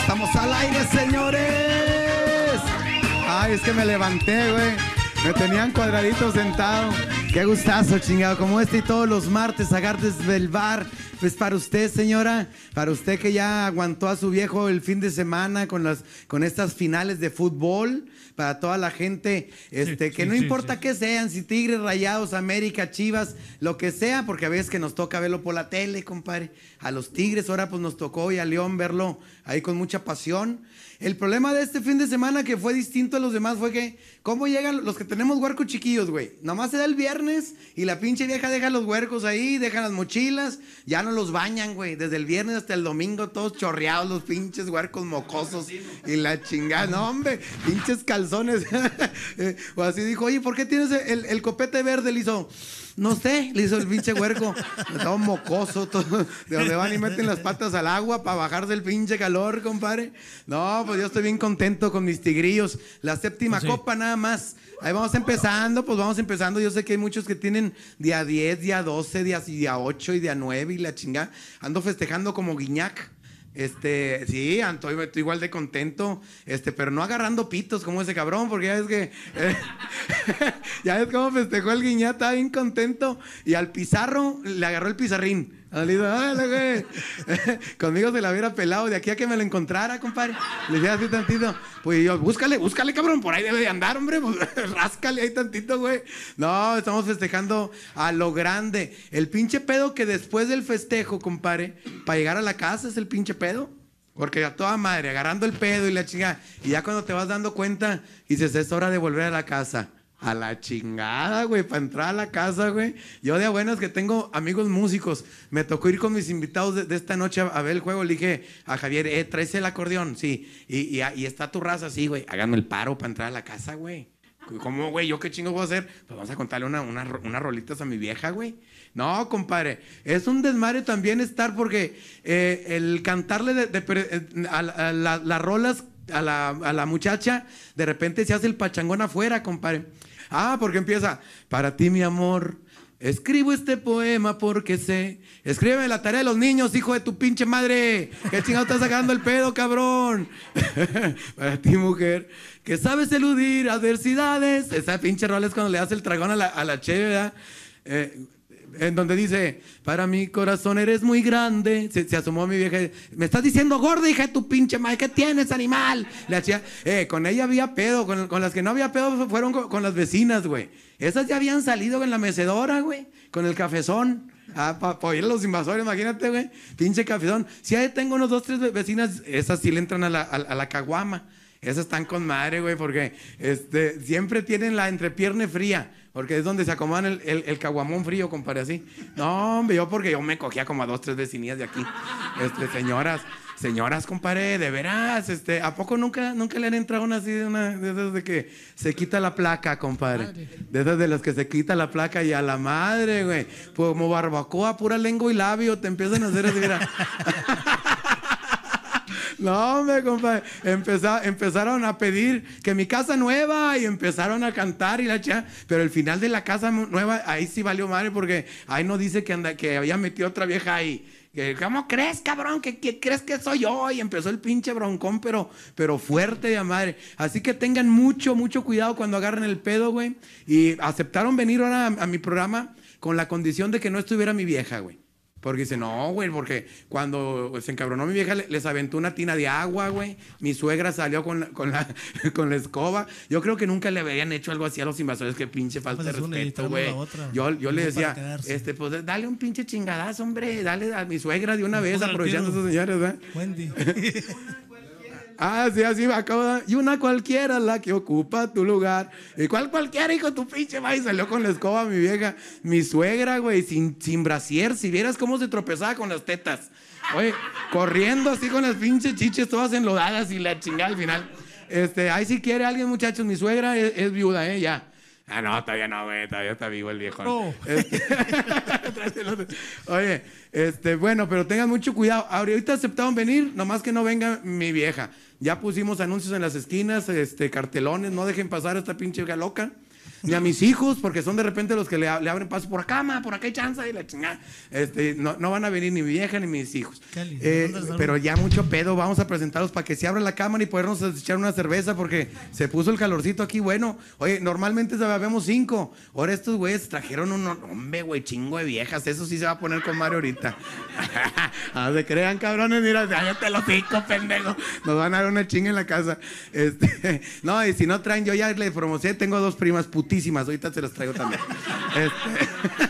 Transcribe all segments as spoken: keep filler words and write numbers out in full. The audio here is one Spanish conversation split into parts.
estamos al aire, señores. Ay, es que me levanté, güey. Me tenían cuadradito sentado. Qué gustazo, chingado. Como este y todos los martes, agarres del bar. Pues para usted, señora, para usted que ya aguantó a su viejo el fin de semana con las con estas finales de fútbol, para toda la gente, este, sí, que sí, no importa sí, sí. qué sean, si Tigres, Rayados, América, Chivas, lo que sea, porque a veces que nos toca verlo por la tele, compadre. A los Tigres ahora pues nos tocó y a León verlo ahí con mucha pasión. El problema de este fin de semana que fue distinto a los demás fue que, ¿cómo llegan los que tenemos huercos chiquillos, güey? Nomás se da el viernes y la pinche vieja deja los huercos ahí, deja las mochilas, ya no los bañan, güey. Desde el viernes hasta el domingo todos chorreados los pinches huercos mocosos y la chingada, no, hombre, pinches calzones. O así dijo, oye, ¿por qué tienes el, el copete verde? Le hizo... No sé, le hizo el pinche huerco, todo mocoso, todo, de donde van y meten las patas al agua para bajarse el pinche calor, compadre. No, pues yo estoy bien contento con mis tigrillos. La séptima sí. copa nada más. Ahí vamos empezando, pues vamos empezando. Yo sé que hay muchos que tienen día diez, día doce, día, día ocho y día nueve y la chingada. Ando festejando como Guiñac. Este, sí, estoy, estoy igual de contento, este, pero no agarrando pitos como ese cabrón, porque ya ves que, eh, ya ves cómo festejó el Guiñá, estaba bien contento, y al Pizarro le agarró el pizarrín. Le dijo, ¡dale, güey! Conmigo se la hubiera pelado de aquí a que me lo encontrara, compadre. Le dije así tantito. Pues yo, búscale, búscale, cabrón, por ahí debe de andar, hombre. Pues, ráscale ahí tantito, güey. No, estamos festejando a lo grande. El pinche pedo que después del festejo, compadre, para llegar a la casa es el pinche pedo. Porque a toda madre, agarrando el pedo y la chingada. Y ya cuando te vas dando cuenta, dices, es hora de volver a la casa. A la chingada, güey, para entrar a la casa, güey. Yo de buenas que tengo amigos músicos. Me tocó ir con mis invitados de, de esta noche a, a ver el juego. Le dije a Javier, eh, ¿traes el acordeón? Sí. Y, y, y está tu raza, sí, güey. Háganme el paro para entrar a la casa, güey. ¿Cómo, güey? ¿Yo qué chingo voy a hacer? Pues vamos a contarle una, una, unas rolitas a mi vieja, güey. No, compadre. Es un desmadre también estar porque eh, el cantarle de, de, de, a, a, a la, las rolas a la, a la muchacha, de repente se hace el pachangón afuera, compadre. Ah, porque empieza, para ti, mi amor, escribo este poema porque sé. Escríbeme la tarea de los niños, hijo de tu pinche madre. ¿Qué chingado estás sacando el pedo, cabrón? Para ti, mujer, que sabes eludir adversidades. Esa pinche rola es cuando le das el tragón a la, a la cheve, ¿verdad? Eh, en donde dice, para mi corazón eres muy grande. Se, se asomó mi vieja, me estás diciendo gorda, hija de tu pinche madre, ¿qué tienes, animal? Le hacía, eh, con ella había pedo, con, con las que no había pedo fueron con, con las vecinas, güey. Esas ya habían salido en la mecedora, güey, con el cafezón. Ah, para pa oír a los invasores, imagínate, güey, pinche cafezón. Si ahí tengo unos dos, tres vecinas, esas sí le entran a la, a, a la caguama. Esas están con madre, güey, porque este, siempre tienen la entrepierna fría. Porque es donde se acomodan el, el, el caguamón frío, compadre, así. No, hombre, yo porque yo me cogía como a dos, tres vecinillas de aquí. Este, señoras, señoras, compadre, de veras, este, ¿a poco nunca, nunca le han entrado una así de una de esas de que se quita la placa, compadre? De esas de las que se quita la placa y a la madre, güey. Pues como barbacoa, pura lengua y labio, te empiezan a hacer así, mira. No, hombre, compadre. Empezá, empezaron a pedir que mi casa nueva y empezaron a cantar y la chica. Pero el final de la casa nueva, ahí sí valió madre porque ahí no dice que, anda, que había metido otra vieja ahí. ¿Cómo crees, cabrón? ¿Qué, qué crees que soy yo? Y empezó el pinche broncón, pero, pero fuerte de madre. Así que tengan mucho, mucho cuidado cuando agarren el pedo, güey. Y aceptaron venir ahora a, a mi programa con la condición de que no estuviera mi vieja, güey. Porque dice, no, güey, porque cuando se encabronó mi vieja les aventó una tina de agua, güey. Mi suegra salió con la, con la, con la escoba. Yo creo que nunca le habían hecho algo así a los invasores. Que pinche falta pues de respeto, güey. Yo, yo le decía, este, pues dale un pinche chingadazo, hombre. Dale a mi suegra de una vez, aprovechando a esos señores, ¿verdad? Wendy. Ah, sí, así me acabo de... Y una cualquiera la que ocupa tu lugar. ¿Y cuál cualquiera, hijo de tu pinche madre? Salió con la escoba mi vieja. Mi suegra, güey, sin, sin brasier. Si vieras cómo se tropezaba con las tetas. Oye, corriendo así con las pinches chiches todas enlodadas y la chingada al final. Este, ahí si quiere alguien, muchachos, mi suegra es, es viuda, ¿eh? Ya. Ah, no, todavía no, güey, todavía está vivo el viejo. Oh. Este, oye, este, bueno, pero tengan mucho cuidado. Ahorita aceptaron venir, nomás que no venga mi vieja. Ya pusimos anuncios en las esquinas, este, cartelones, no dejen pasar a esta pinche vieja loca. ni a mis hijos, porque son de repente los que le, le abren paso por acá, ma, por acá hay chance y la chingada. Este, no, no van a venir ni mi vieja ni mis hijos. Eh, pero ya mucho pedo, vamos a presentarlos para que se abra la cámara y podernos echar una cerveza, porque se puso el calorcito aquí, bueno. Oye, normalmente vemos cinco, ahora estos güeyes trajeron un hombre, güey, chingo de viejas, eso sí se va a poner con Mario ahorita. Ah, se crean, cabrones, mira, cállate los cinco, pendejo. Nos van a dar una chinga en la casa. Este, no, y si no traen, yo ya les promocioné, tengo dos primas putísimas, ahorita se las traigo también. Este,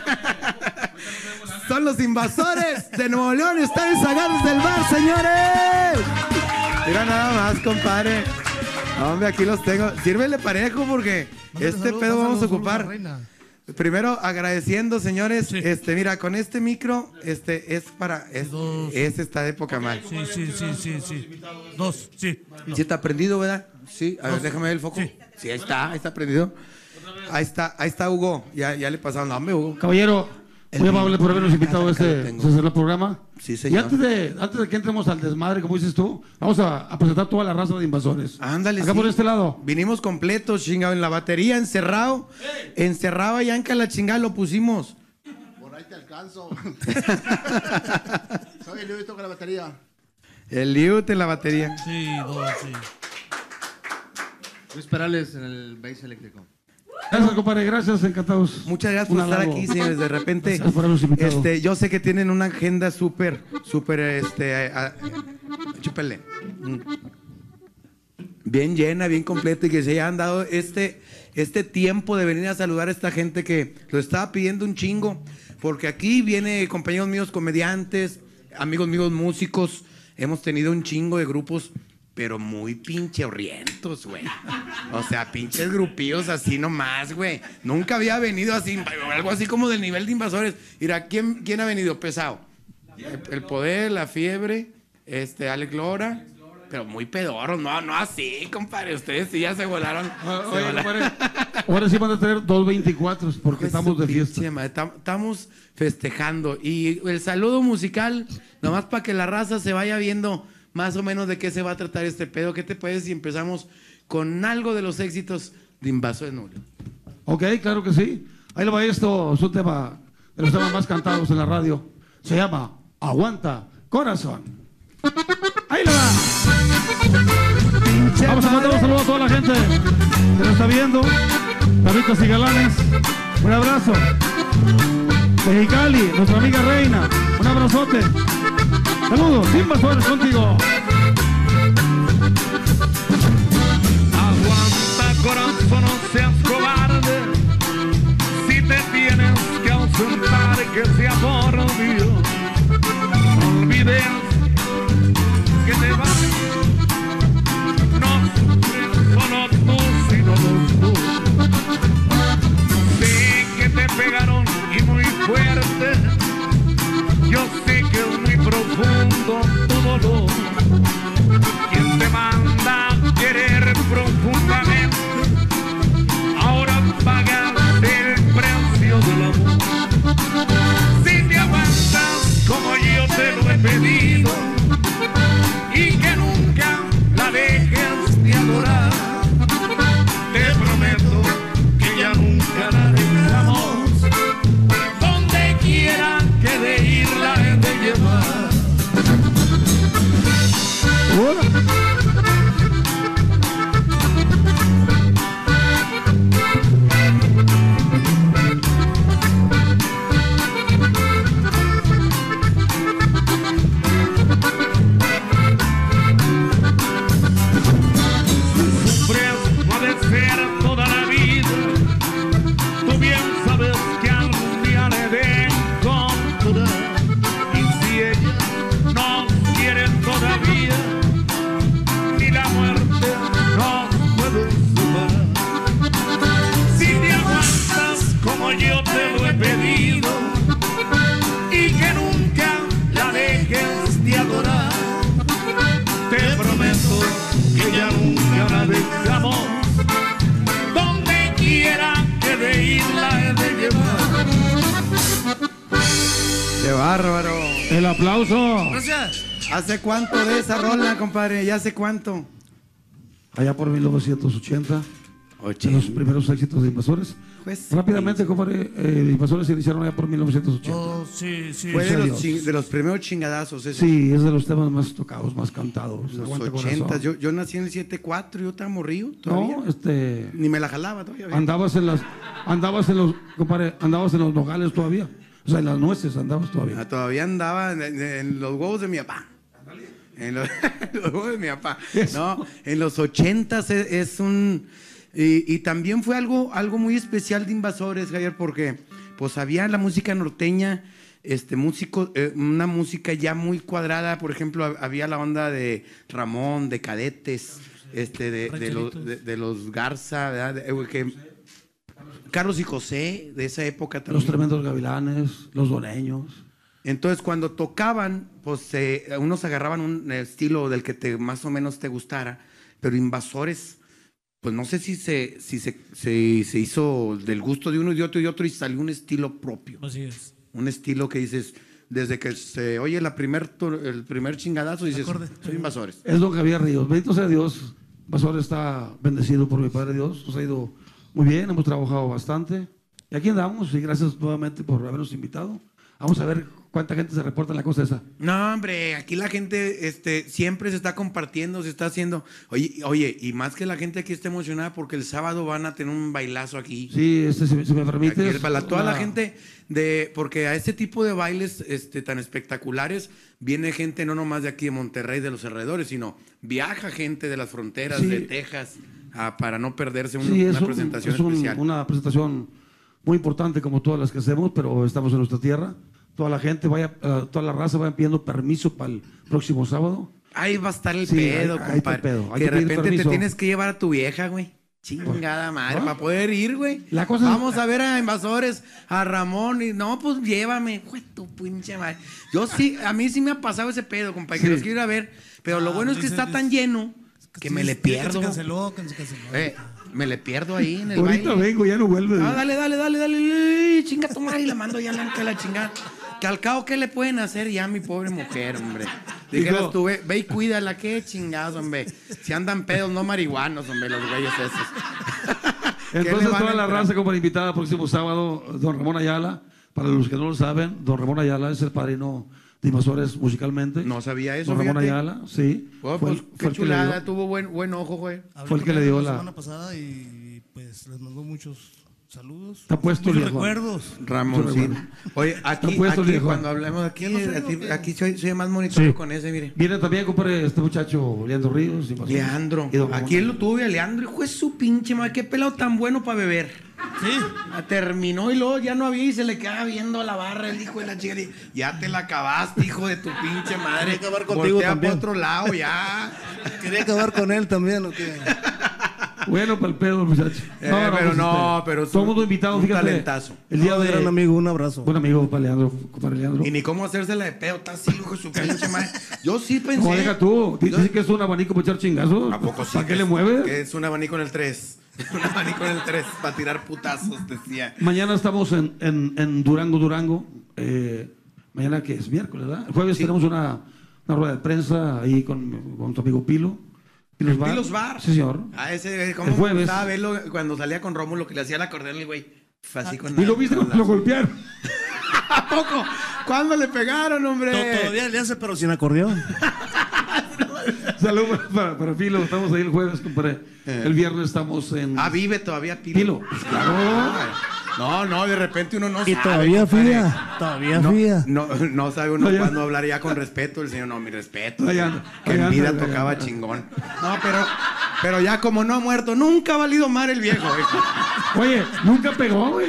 son los Invasores de Nuevo León, están en Sagardis del Bar, señores. Mira nada más, compadre. Hombre, aquí los tengo. Sírvele parejo porque este pedo vamos a ocupar. Primero agradeciendo, señores, sí. este, mira, con este micro, este, es para, es, este está de poca mal. Sí, sí, sí, sí, sí. Dos, sí. No. ¿Sí está prendido, verdad? Sí, a ver, déjame ver el foco. Sí, sí ahí está, ahí está prendido. Ahí está, ahí está Hugo, ya, ya le pasaron la hambre, Hugo. Caballero, muy amable por habernos invitado a este el programa. Sí, señor. Y antes de, antes de que entremos al desmadre, como dices tú, vamos a, a presentar toda la raza de Invasores. Ándale, acá sí. por este lado. Vinimos completos, chingado, en la batería, encerrado. ¡Hey! Encerrado allá en la chingada lo pusimos. Por ahí te alcanzo. Soy el Liuto con la batería. El Liuto en la batería. Sí, dos, sí. Luis Perales en el bass eléctrico. Gracias, compadre, gracias, encantados. Muchas gracias por estar aquí, señores. De repente, por este, yo sé que tienen una agenda súper, súper, este, a, a, chúpenle, bien llena, bien completa, y que se hayan dado este, este tiempo de venir a saludar a esta gente que lo estaba pidiendo un chingo, porque aquí viene compañeros míos comediantes, amigos míos músicos, hemos tenido un chingo de grupos, pero muy pinche horrientos, güey. O sea, pinches grupillos así nomás, güey. Nunca había venido así, algo así como del nivel de Invasores. Mira, ¿quién, quién ha venido pesado? El, el Poder, La Fiebre, este, Alex Lora. Pero muy pedorros, no, no así, compadre. Ustedes sí ya se volaron. Oye, se volaron. Compadre, ahora sí van a tener dos veinticuatro porque pues estamos de fiesta. Estamos festejando. Y el saludo musical, nomás para que la raza se vaya viendo más o menos de qué se va a tratar este pedo. ¿Qué te parece si empezamos con algo de los éxitos de Invasores de Nuevo León? Ok, claro que sí. Ahí lo va esto, es un tema de los temas más cantados en la radio. Se llama Aguanta Corazón. Ahí lo va. Vamos a mandar un saludo a toda la gente que nos está viendo. Perritos y galanes. Un abrazo. Mexicali, nuestra amiga Reina. Un abrazote. Saludos, Invasores contigo. Aguanta, corazón, no seas cobarde. Si te tienes que ausentar, que sea por Dios. No olvides que te vas. No sufres solo tú, sino los dos. Sé que te pegaron y muy fuerte. Yo sé que es muy profundo tu dolor. ¿Quién te manda a querer profundamente? Ahora pagas el precio del amor. Si te aguantas como yo te lo he pedido y que nunca la dejes de adorar, te prometo que ya nunca la dejamos. Donde quiera que de ir la he de llevar. Hola. Yo te lo he pedido y que nunca la dejes de adorar. Te prometo que ya nunca la dejamos. Donde quiera que de ir la he de llevar. ¡Qué bárbaro! El aplauso. Gracias. ¿Hace cuánto de esa rola, compadre? ¿Ya hace cuánto? Allá por mil novecientos ochenta. Oye. De los primeros éxitos de Invasores. pues. Rápidamente, compadre, eh, Invasores se iniciaron allá por mil novecientos ochenta. Oh, sí, sí. Fue de Gracias a los, Dios. ching- de los primeros chingadazos. Esos. Sí, es de los temas más tocados, más cantados. Los Aguanta ochentas. Corazón. Yo, yo nací en el setenta y cuatro, yo estaba morrido todavía. No, este... Ni me la jalaba todavía. Andabas en las... Andabas en los... Compadre, andabas en los nogales todavía. O sea, en las nueces andabas todavía. Ah, todavía andaba en, en- en los huevos de mi papá. En los, en los huevos de mi papá. No, en los ochentas es, es un... Y, y también fue algo, algo muy especial de Invasores, Javier, porque pues había la música norteña, este músico, eh, una música ya muy cuadrada. Por ejemplo, hab- había la onda de Ramón, de Cadetes, este, de, de los, de, de los Garza, ¿verdad? De- eh, que, Carlos y José, de esa época también. Los Tremendos Gavilanes, los Doneños. Entonces, cuando tocaban, pues eh, unos agarraban un estilo del que te, más o menos te gustara, pero Invasores, pues no sé si se, si se, se, se hizo del gusto de uno y de otro y de otro y salió un estilo propio. Así es. Un estilo que dices, desde que se oye la primer, to- el primer chingadazo, dices, Acorde. soy Invasores. Es don Javier Ríos. Bendito sea Dios. Invasores está bendecido por mi Padre Dios. Nos ha ido muy bien, hemos trabajado bastante. Y aquí andamos y gracias nuevamente por habernos invitado. Vamos a ver cuánta gente se reporta en la cosa esa. No, hombre, aquí la gente este, siempre se está compartiendo, se está haciendo. Oye, oye, y más que la gente aquí está emocionada porque el sábado van a tener un bailazo aquí. Sí, este, si, si me permite. Aquí, para toda la gente, de, porque a este tipo de bailes este, tan espectaculares viene gente no nomás de aquí de Monterrey, de los alrededores, sino viaja gente de las fronteras, Sí. de Texas, a- para no perderse un- Sí, es una un- presentación es un- especial. una presentación muy importante como todas las que hacemos, pero estamos en nuestra tierra. Toda la gente, vaya, eh, toda la raza vaya pidiendo permiso para el próximo sábado. Ahí va a estar el Sí, pedo, ahí- ahí está compadre. el pedo. Hay Que de que pedir repente te permiso. tienes que llevar a tu vieja, güey. Chingada madre, ¿Ah? para poder ir, güey. La cosa es- Vamos a ver a Invasores, a Ramón, y no, pues llévame, güey, tu pinche madre. Yo sí, a mí sí me ha pasado ese pedo, compadre, que Sí. los quiero ir a ver, pero lo Ah, bueno es que dice- está tan lleno que me Sí, le sí, pierdo. Que se canceló, que se canceló. Eh, me le pierdo ahí en el Ahorita baile. vengo, ya no vuelve. Ah, dale, dale, dale, dale, chinga tu madre y la mando ya la, la chingada. Que al cabo, ¿qué le pueden hacer ya a mi pobre mujer, hombre? Dijeras Hijo. tú, ve, ve y cuídala, qué chingados, hombre. Si andan pedos, no marihuanos, hombre, los güeyes esos. ¿Qué le Entonces van a toda la entrar? raza como invitada próximo sábado, don Ramón Ayala. Para los que no lo saben, don Ramón Ayala es el padrino de Invasores musicalmente. No sabía eso, Don Ramón fíjate. Ayala, sí. Oh, Fue pues, el- fue qué el que le chulada, dio- tuvo buen, buen ojo, güey. Hablé fue el que con le él dio la la- semana pasada y pues les mandó muchos saludos. Está puesto el muchos viejo. recuerdos. Ramón, sí. Oye, aquí, Está puesto el aquí viejo. cuando hablemos aquí, ¿Ya no sé, aquí, o qué? aquí soy, soy más monitoreo Sí. con ese, mire. Viene también, compadre, este muchacho, Leandro Ríos. Invasores. Leandro. Y don Ramón Aquí él Ayala. lo tuve, a Leandro, hijo de su pinche madre, qué pelado tan bueno para beber. Sí. Ah, terminó y luego ya no había y se le quedaba viendo a la barra el hijo de la chica. Le dije, ya te la acabaste, hijo de tu pinche madre. Quería acabar contigo Voltea también. para otro lado ya. Quería acabar con él también, ¿o qué? Bueno, para el pedo, muchacho. Eh, pero no, pero es Todo un- mundo invitado, un fíjate. talentazo. El día No, de. gran amigo, un abrazo. Buen amigo para Leandro, compadre Leandro. Y ni cómo hacérsela de pedo, está así, hijo de su pinche madre. Yo sí pensé. No, deja tú. Yo- Dice que es un abanico para echar chingazos. ¿A poco sí? ¿Para qué que le es- mueve? Que es un abanico en el tres. Un abanico en el tres para tirar putazos, decía. Mañana estamos en, en, en Durango, Durango. Eh, mañana que es miércoles, ¿verdad? El jueves Sí. tenemos una, una rueda de prensa ahí con, con tu amigo Pilo. Pilos Bar. Pilos Bar. Sí, señor. Ah, ese, ¿cómo El me jueves. gustaba verlo cuando salía con Rómulo, que le hacía el acordeón el güey? Fue así con Y la- lo viste con cuando la- lo golpearon. ¿A poco? ¿Cuándo le pegaron, hombre? To- Todavía le hace, pero sin acordeón. Saludos para, para Pilo. Estamos ahí el jueves, compadre. El viernes estamos en. Ah, vive todavía Pilo. Pilo. Pues claro. No, no, de repente uno no Y sabe. todavía compadre. fía. Todavía No, fía. no, no sabe uno No, ya. cuándo hablar ya con respeto. El señor, no, mi respeto. Ahí anda, que ahí en anda, vida ahí tocaba anda. chingón. No, pero, pero ya como no ha muerto, nunca ha valido mal el viejo. hijo. Oye, nunca pegó, güey.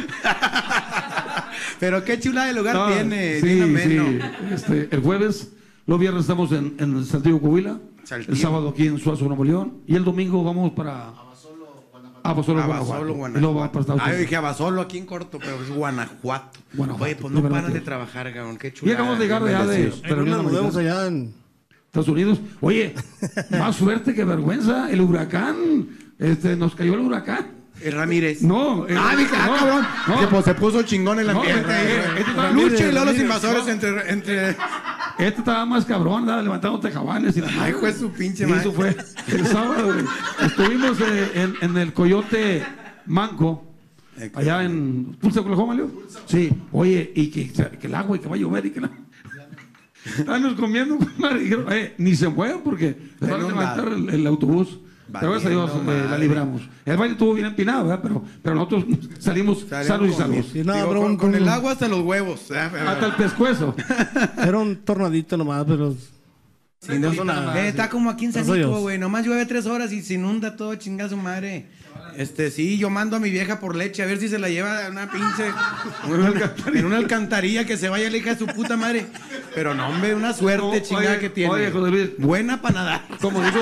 Pero qué chula de lugar No, tiene. sí, bien ameno. sí. Este, el jueves, los viernes estamos en, en Saltillo, Coahuila. Saltillo. El sábado aquí en Suazo, Nuevo León. Y el domingo vamos para. Abasolo, Guanajuato. Abasolo, Y luego Guanajuato. vamos para Estados Ah, yo Unidos. dije Abasolo aquí en corto, pero es Guanajuato. Guanajuato, Oye, pues no de paran verdad. de trabajar, cabrón. Qué Y chula. acabamos de llegar de allá de. En Carolina una nos vemos Americana, allá en... Estados Unidos. Oye, más suerte que vergüenza. El huracán. Este, nos cayó el huracán. El Ramírez. No, el- ah, dije, ah, no, cabrón. no. Que pues se puso chingón el No, ambiente. eh, ahí, eh, güey. este está- Lucha y Ramírez, luego los Ramírez, invasores no. entre, entre. Este estaba más cabrón, ¿verdad? Levantando tejabanes y la Ay, fue su pinche Y madre. eso fue el sábado. Güey. Estuvimos eh, en, en el Coyote Manco. allá en Tulsa, Oklahoma, Leo. Sí, oye, y que, que el agua y que va a llover y que la... Estábamos comiendo, madre, y dijeron, eh, ni se muevan porque les van a levantar el, el autobús. Pero gracias a Dios eh, la libramos. El baile estuvo bien empinado, ¿verdad? Pero, pero nosotros salimos sanos y salvos. Sí, no, Digo, pero con, un- con un- el agua hasta los huevos. Hasta el pescuezo. Era un tornadito nomás, pero. Sí, no, pasó nada, eh, sí. está como aquí en Gracias a Sanito, Dios. güey. Nomás llueve tres horas y se inunda todo, chinga su madre. Este, sí, yo mando a mi vieja por leche a ver si se la lleva a una pinche. En una alcantarilla que se vaya la hija de su puta madre. Pero no, hombre, una suerte Oye, chingada que tiene. oye, José Luis. Buena para nadar. Como dijo,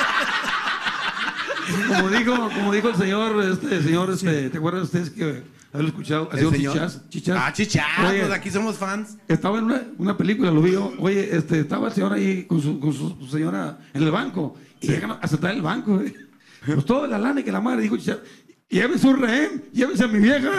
como dijo, como dijo el señor, este, señor, este, ¿te acuerdas ustedes que haberlo escuchado? El El señor señor. Chichás, Chichás. Ah, chichas, Oye, pues aquí somos fans. estaba en una, una película, lo vi yo. Oye, este, estaba el señor ahí con su, con su señora en el banco. Y llegan a sentar en el banco. güey. Pues toda la lana y que la madre dijo, Chichás, llévese un rehén, llévese a mi vieja.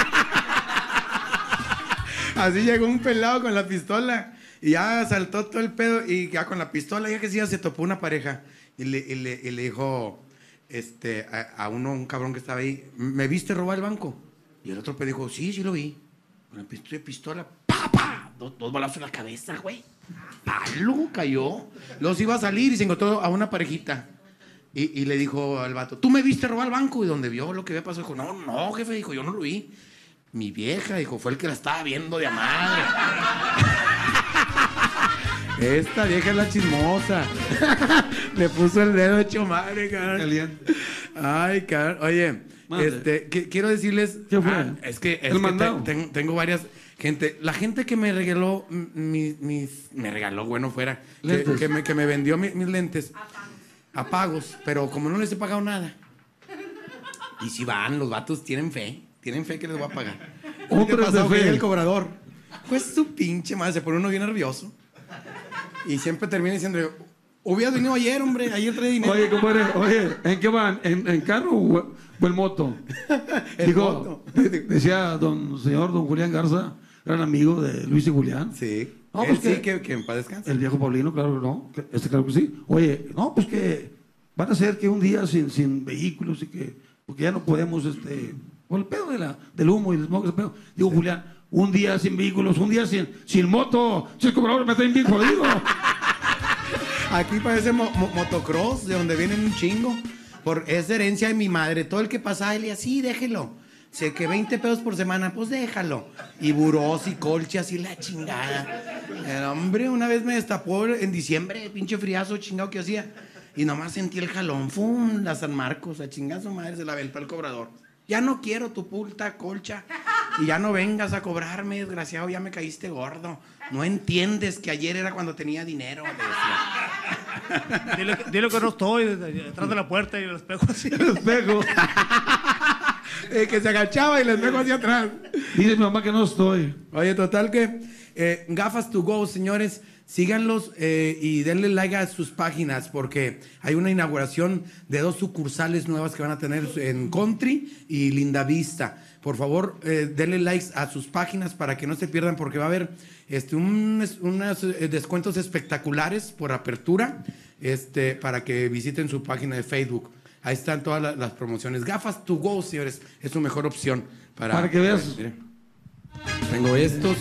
Así llegó un pelado con la pistola y ya saltó todo el pedo y ya con la pistola, ya que sí, ya se topó una pareja y le, y le, y le dijo este, a, a uno, un cabrón que estaba ahí, ¿me viste robar el banco? Y el otro pedo dijo, sí, sí lo vi. Con la pistola, pistola ¡pa, pa! Dos, dos balazos en la cabeza, güey. Palo, cayó. Luego se iba a salir y se encontró a una parejita. Y, y le dijo al vato, ¿tú me viste robar el banco? Y donde vio lo que había pasado, dijo, no, no, jefe, dijo, yo no lo vi. Mi vieja, dijo, fue el que la estaba viendo de a madre. Esta vieja es la chismosa. Le puso el dedo hecho madre, cabrón. Caliente. Ay, cabrón. Oye, Madre. este, que- quiero decirles. ¿Qué fue? Ah, es que, es El que mandado. te- ten- tengo varias gente. La gente que me regaló mm, mis, mis- me regaló, bueno, fuera. Que, Lentes. que me, que me vendió mi- mis lentes. A pagos. Pero como no les he pagado nada. Y si van, los vatos tienen fe. Tienen fe que les voy a pagar. Hombres ¿Qué pasó? de Que fe. llega el cobrador. Pues su pinche madre, se pone uno bien nervioso. Y siempre termina diciendo, hubieras venido ayer, hombre, ayer trae dinero. Oye, compadre, oye, ¿en qué van? ¿En, en carro o, o en moto? El Digo, moto. decía don señor don Julián Garza, gran amigo de Luis y Julián. Sí. No, Él pues sí, que- que, que en paz descanse. El viejo Paulino, claro que no. que- Este, claro que sí. Oye, no, pues que van a ser que un día sin, sin vehículos y que, porque ya no podemos, este, por el pedo de la, del humo y el smog, ese pedo. Digo, Julián, un día sin vehículos, un día sin, sin moto, si el cobrador me está bien jodido. Aquí parece mo- mo- motocross, de donde vienen un chingo. Por, es de herencia de mi madre. Todo el que pasa, él y así, déjelo. Sé que veinte pesos por semana, pues déjalo. Y burós y colchas y la chingada. El hombre una vez me destapó en diciembre, pinche friazo chingado que hacía. Y nomás sentí el jalón, ¡fum! La San Marcos, a chingar su madre, se la aventó el cobrador. Ya no quiero tu puta colcha. Y ya no vengas a cobrarme, desgraciado, ya me caíste gordo. No entiendes que ayer era cuando tenía dinero, le decía. Dile, que- dile que no estoy desde- detrás de la puerta y el espejo así. El espejo. Eh, que se agachaba y les dejo hacia atrás. Dice mi mamá que no estoy. Oye, total que eh, Gafas to Go, señores, síganlos eh, y denle like a sus páginas porque hay una inauguración de dos sucursales nuevas que van a tener en Country y Lindavista. Por favor, eh, denle likes a sus páginas para que no se pierdan porque va a haber este, un- unos eh, descuentos espectaculares por apertura este, para que visiten su página de Facebook. Ahí están todas la- las promociones. Gafas to Go, señores, es su mejor opción para, Para que veas. Mire. Tengo estos.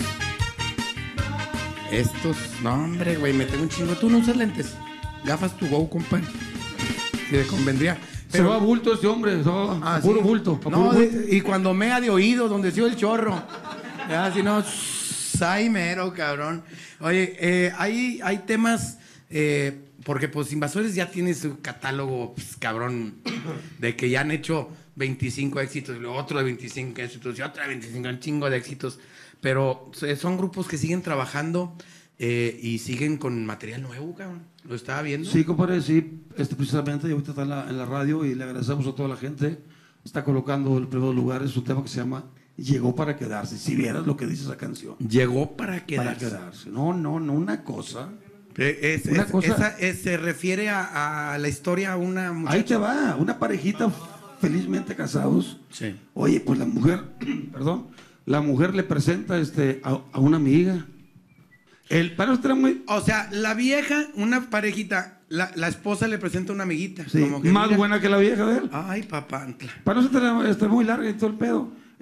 Estos. No, hombre, güey, me tengo un chingo. Tú no usas lentes. Gafas to Go, compadre. Si le convendría. Se va a bulto ese hombre, se va a Ah, puro sí. bulto. a No, puro bulto. de- y cuando mea de oído, donde se oye el chorro. Ya, si no, ay, mero, cabrón. Oye, eh, hay, hay temas, eh, porque pues Invasores ya tiene su catálogo, pues, cabrón, de que ya han hecho veinticinco éxitos, y luego otro de veinticinco éxitos, y otro de veinticinco, un chingo de éxitos. Pero eh, son grupos que siguen trabajando eh, y siguen con material nuevo, cabrón. Lo estaba viendo. Sí, compadre, sí, este, precisamente, y ahorita está en la, en la radio y le agradecemos a toda la gente. Está colocando el primer lugar, es un tema que se llama Llegó para quedarse. Si vieras lo que dice esa canción. Llegó para Para quedarse. quedarse. No, no, no, una cosa. Eh, es- Una es- cosa- esa, es- se refiere a, a la historia a una muchacha. Ahí te va, una parejita felizmente casados. Sí. Oye, pues la mujer, perdón, la mujer le presenta este, a, a una amiga. El para era muy... O sea, la vieja, una parejita, la, la esposa le presenta una amiguita. Sí, como que, más mira, buena que la vieja de él. Ay, papantla. Para no ser está muy larga y todo el pedo.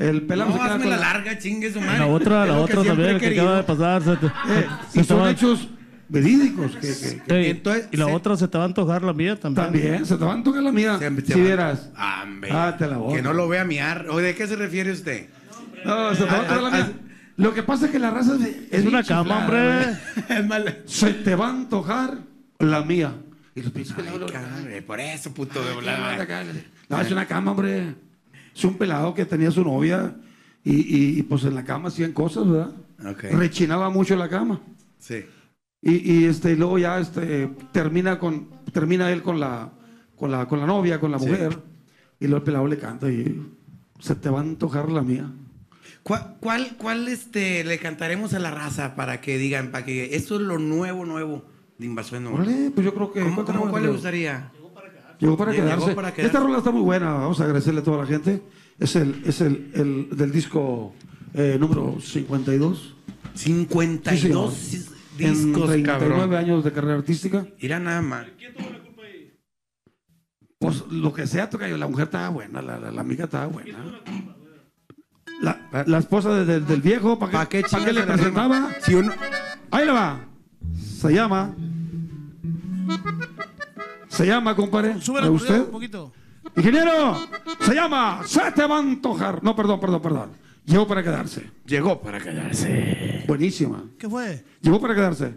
El pelado No, se queda hazme con la la... larga, chingue su madre. La otra, Es la lo que otra siempre también, he el que querido. acaba de pasar. Se te- Eh, se y te son va- hechos verídicos. Que, que- que Ey, Entonces, y la se- otra se te va a antojar la mía también. también se te van a tocar la mía. Se- se si va- vieras. Ah, hombre. Ah, te la boca. Que no lo vea miar. ¿O de qué se refiere usted? No, se te va a tocar la Ah, mía. Lo que pasa es que la raza es, Es una bien cama, chiflada, hombre. güey. Es mal. Se te va a antojar la mía. Y los pinches Ay, pelados. cabrón, por eso, puto de Ay, volada. No, es una cama, hombre. Es un pelado que tenía su novia y, y, y, pues en la cama hacían cosas, ¿verdad? Ok. Rechinaba mucho la cama. Sí. Y, y, este, y luego ya este, termina, con, termina él con la, con, la, con la novia, con la Sí. mujer. Y luego el pelado le canta y se te va a antojar la mía. ¿Cuál, cuál, cuál, este, le cantaremos a la raza para que digan, para que esto es lo nuevo, nuevo de Invasión Nueva? Órale, pues yo creo que... ¿Cómo, ¿cuál cómo, tenemos, ¿Cuál le Leo? gustaría? Llegó para Llegó quedarse. para quedarse. Esta rola está muy buena, vamos a agradecerle a toda la gente. Es el, es el, el del disco eh, número cincuenta y dos. cincuenta y Sí, dos señor. discos, En treinta y nueve cabrón. años de carrera artística. Mira nada más. Pues lo que sea, toca yo. La mujer estaba buena, la, la, la amiga estaba buena. La, la esposa de- de- del viejo, ¿para ¿Para qué, qué pa' qué chingas le se la rima? presentaba? Si uno... Ahí le va. Se llama. Se llama, compadre. Súbele ¿A por Dios, usted? un poquito. Ingeniero, se llama. Se te va a antojar. No, perdón, perdón, perdón. Llegó para quedarse. Llegó para quedarse. Buenísima. ¿Qué fue? Llegó para quedarse.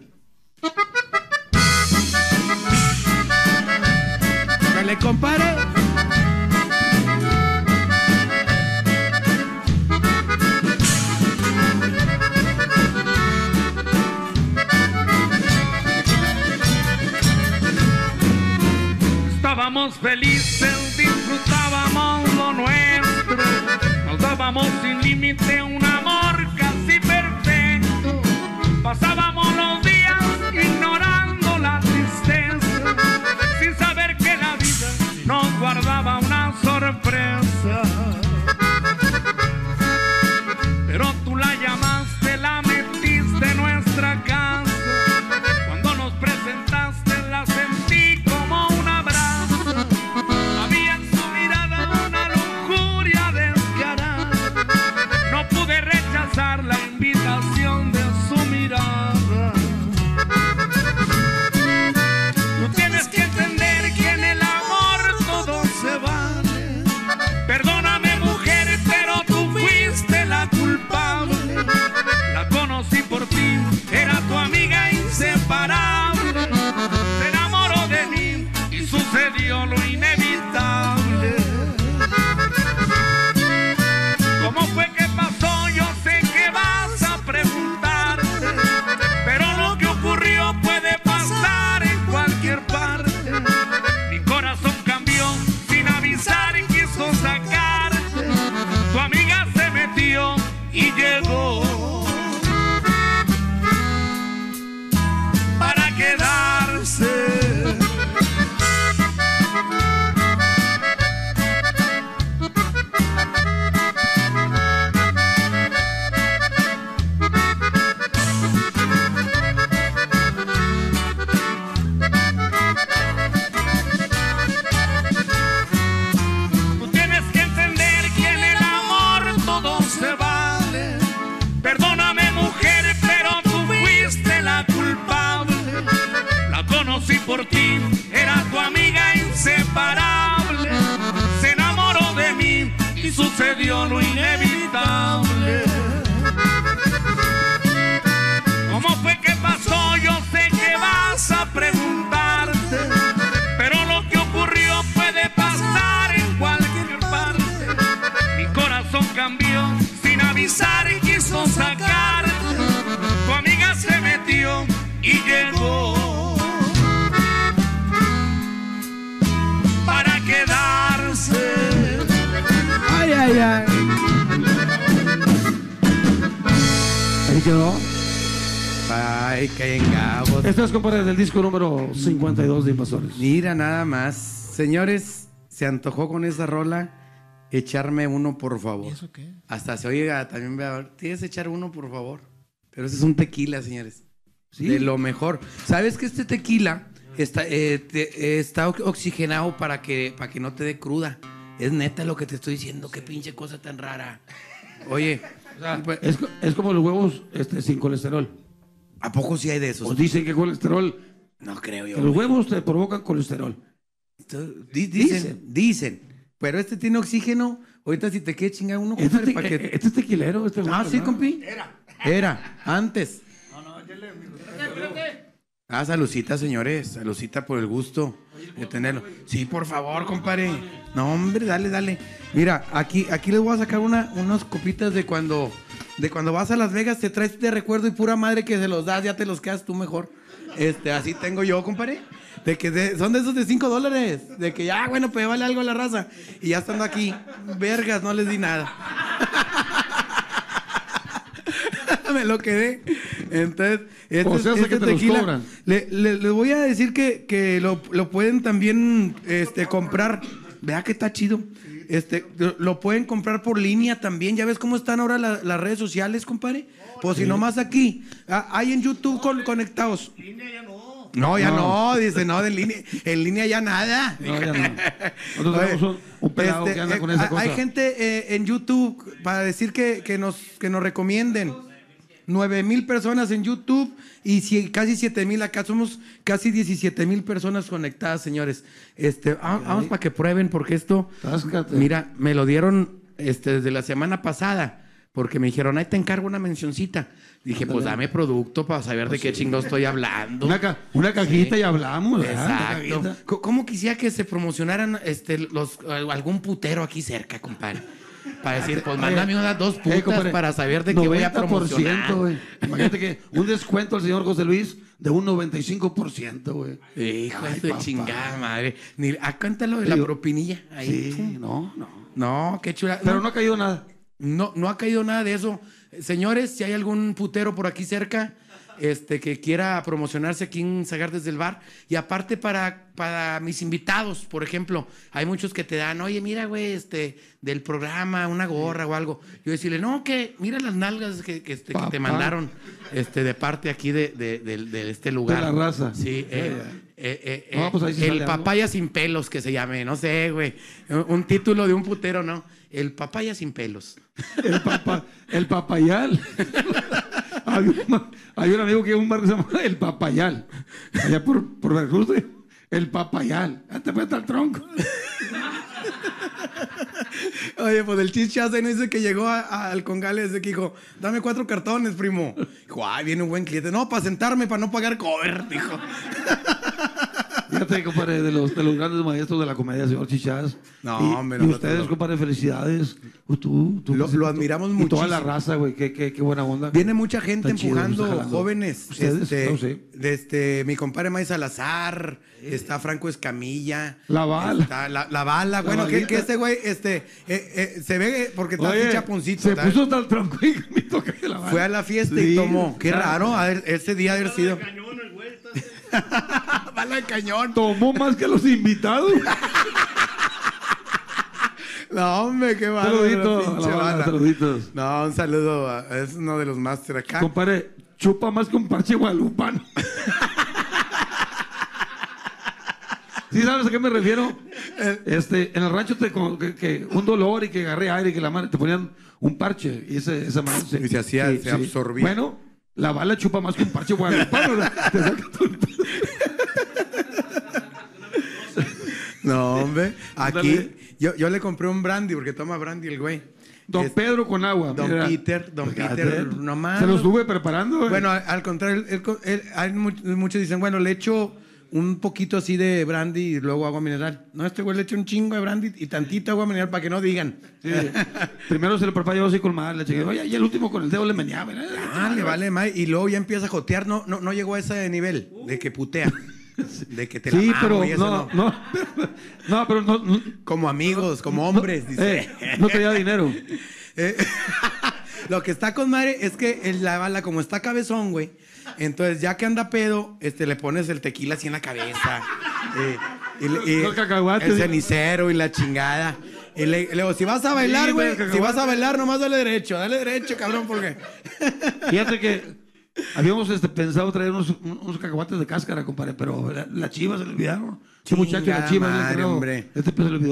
Dale, compadre. Estábamos felices, disfrutábamos lo nuestro, nos dábamos sin límite un amor casi perfecto. Pasábamos los días ignorando la tristeza, sin saber que la vida nos guardaba una sorpresa. Pero tú la llamaste, la metiste en nuestra casa. Cuando nos presentaste la sentí como un abrazo. Había en su mirada una lujuria descarada. No pude rechazar la invitación de su mirada. Tú tienes que entender que en el amor todo se vale. Perdóname, mujer, pero tú fuiste la culpable. La conocí por ti, era tu amiga inseparable. Se enamoró de mí y sucedió lo inevitable. ¿Cómo fue que pasó? Yo sé que vas a preguntarte, pero lo que ocurrió puede pasar en cualquier parte. Mi corazón cambió sin avisar y quiso sacarte. Tu amiga se metió y llegó para quedarse. Tú tienes que entender que en el amor todo se vale. Perdóname, mujer, pero tú fuiste la culpable. La conocí por ti, era tu amiga inseparable. Se enamoró de mí y sucedió lo inevitable. ¿Cómo fue que pasó? Yo sé que vas a preguntarte, pero lo que ocurrió puede pasar en cualquier parte. Mi corazón cambió sin avisar y quiso sacarte. Tu amiga se metió y llegó para quedarse. Ay, ay, ay. Ahí quedó. Ay, qué engabos. Esto es, compadre, del disco número cincuenta y dos de Invasores. Mira nada más. Señores, se antojó con esa rola echarme uno, por favor. ¿Y eso qué? Hasta se oiga también. Vea, tienes que echar uno, por favor. Pero ese es un tequila, señores. Sí. De lo mejor. ¿Sabes que este tequila está, eh, te- eh, está ox- oxigenado para que, para que no te dé cruda? Es neta lo que te estoy diciendo. Qué pinche cosa tan rara. Oye, O sea, pues, es, co- es como los huevos este, sin colesterol. ¿a poco sí hay de esos? Pues dicen que colesterol, No creo que yo. los güey. huevos te provocan colesterol. Di- Dicen, dicen. Pero este tiene oxígeno. Ahorita si te quiere chingar uno, Este, compadre, te- ¿para eh, qué? este es tequilero. Este Ah, güey, sí, ¿no? compi. Era. Era, antes. Ah, salucita, señores. Salucita por el gusto de tenerlo. Sí, por favor, compadre. No, hombre, dale, dale. Mira, aquí, aquí les voy a sacar una, unas copitas de cuando, de cuando vas a Las Vegas, te traes de recuerdo y pura madre que se los das, ya te los quedas tú mejor. Este, así tengo yo, compadre. De que de- son de esos de cinco dólares. De que ya, bueno, pues vale algo a la raza. Y ya estando aquí, vergas, no les di nada. Me lo quedé. Entonces, este, O sea, este que te los tequila, cobran. le, le- les voy a decir que, que lo, lo pueden también este, comprar. Vea que está chido. Este, lo- lo pueden comprar por línea también. Ya ves cómo están ahora la- las redes sociales, compadre. Pues si nomás aquí. Ah, hay en YouTube con- conectados. No, ya no. No. dice, no, de línea, en línea ya nada. No, ya no. Nosotros Oye, tenemos un, un pelado este, que anda eh, con esa hay- cosa. Hay gente eh, en YouTube para decir que, que, nos, que nos recomienden. Nueve mil personas en YouTube y si- casi siete mil acá. Somos casi diecisiete mil personas conectadas, señores. Este, va- vamos para que prueben porque esto, Táscate. mira, me lo dieron este, desde la semana pasada. Porque me dijeron, ahí te encargo una mencioncita. Dije, pues dame producto para saber de qué chingo estoy hablando. Una, ca- una cajita Sí. y hablamos. ¿verdad? Una Exacto. cajita. Co- ¿Cómo quisiera que se promocionaran este, los, algún putero aquí cerca, compadre? Para decir, pues mándame unas dos putas Eh, compadre, para saber de qué voy a noventa por ciento, promocionar. güey. Imagínate que un descuento al señor José Luis de un noventa y cinco por ciento, güey. Hijo Ay, de papá. chingada madre. Ni, ah, cuéntalo de la Digo, propinilla. Ahí. Sí, no, no. No, qué chula. Pero no, no ha caído nada. no, no ha caído nada de eso. Señores, si hay algún putero por aquí cerca este, que quiera promocionarse aquí en Sagar desde el bar. Y aparte para, para mis invitados, por ejemplo, hay muchos que te dan, oye, mira, güey, este, del programa, una gorra o algo. Yo decirle, no, que mira las nalgas que, que, este, que te Papá. mandaron este, de parte aquí de, de, de- de este lugar. De la raza. Sí, eh, Ya, ya. eh, eh, No, eh, pues ahí sí el sale algo. papaya sin pelos que se llame, no sé, güey. Un, un título de un putero, ¿no? El papaya sin pelos. El, papa, el papayal. hay, un, hay un amigo que es un bar que se llama El Papayal. Allá por, por Veracruz, güey. El Papayal. Ya te fue hasta el tronco. Oye, pues el chichazo no dice que llegó a- a- al Congales de que dijo, dame cuatro cartones, primo. Dijo, ay, viene un buen cliente. No, para sentarme, para no pagar cover, dijo. Fíjate, compadre, de los, de los grandes maestros de la comedia, señor Chichás. No, y, hombre, y nosotros ustedes, lo- compadre, felicidades. Tú, tú, tú- Lo- tú- lo admiramos Y toda la muchísimo. raza, güey. Qué, qué, qué buena onda. Viene mucha gente Está chido, empujando, está jalando. jóvenes. Ustedes, este, no sé. de este, mi compadre May Salazar, está Franco Escamilla. La Bala. está la, la bala. Bueno, que, balita. que este güey este, eh, eh, se ve porque está así Oye, chaponcito. se ¿sabes? puso hasta el tronco y me toca que la Fue a la fiesta y Sí, tomó. Qué claro. raro, a ver, ese día haber sido. Bala de cañón. Tomó más que los invitados. No, hombre, qué bárbaro. Saludito, pinche a la bala, bala. saluditos. No, un saludo. a- es uno de los máster acá. Compadre, chupa más que un parche guadalupano. ¿Sí sabes a qué me refiero? Este, en el rancho te con- que, que un dolor y que agarré aire y que la mano te ponían un parche y ese, esa mano se, Y se hacía- se absorbía. Bueno, la bala chupa más que un parche guadalupano. ¿verdad? Te saca todo el pedo. No, hombre. Aquí, Ándale. yo, yo le compré un brandy porque toma brandy el güey. Don Es- Pedro con agua. Don mira. Peter, Don Fíjate, Peter, nomás. Se lo estuve preparando. güey. Bueno, al, al contrario, él- él- él- hay much- muchos dicen, bueno, le echo un poquito así de brandy y luego agua mineral. No, este güey le echa un chingo de brandy y tantita agua mineral para que no digan. Sí. Primero se lo prepara yo así con mal, le chingué. Oye, y el último con el dedo le meneaba. ¿verdad? Ah, le vale más. Y luego ya empieza a jotear. No, no, no llegó a ese nivel de que putea. De que te la Sí, mamo pero y eso no, no. no, no, pero no, no, Como amigos, como hombres, dice. eh, no quería dinero. Eh, Lo que está con madre es que el- la bala, como está cabezón, güey. Entonces, ya que anda pedo, este, le pones el tequila así en la cabeza. eh, y, le- y Los cacahuates, el digo. cenicero y la chingada. Y le, le digo, si vas a bailar, Sí, güey, los si cacahuates. vas a bailar, nomás dale derecho, dale derecho, cabrón, porque. Fíjate que habíamos este, pensado traer unos, unos cacahuates de cáscara, compadre, pero la, la chiva se le olvidaron. Ese muchacho, la Chingada chiva, madre, había entrado. hombre. Este pues se le olvidó.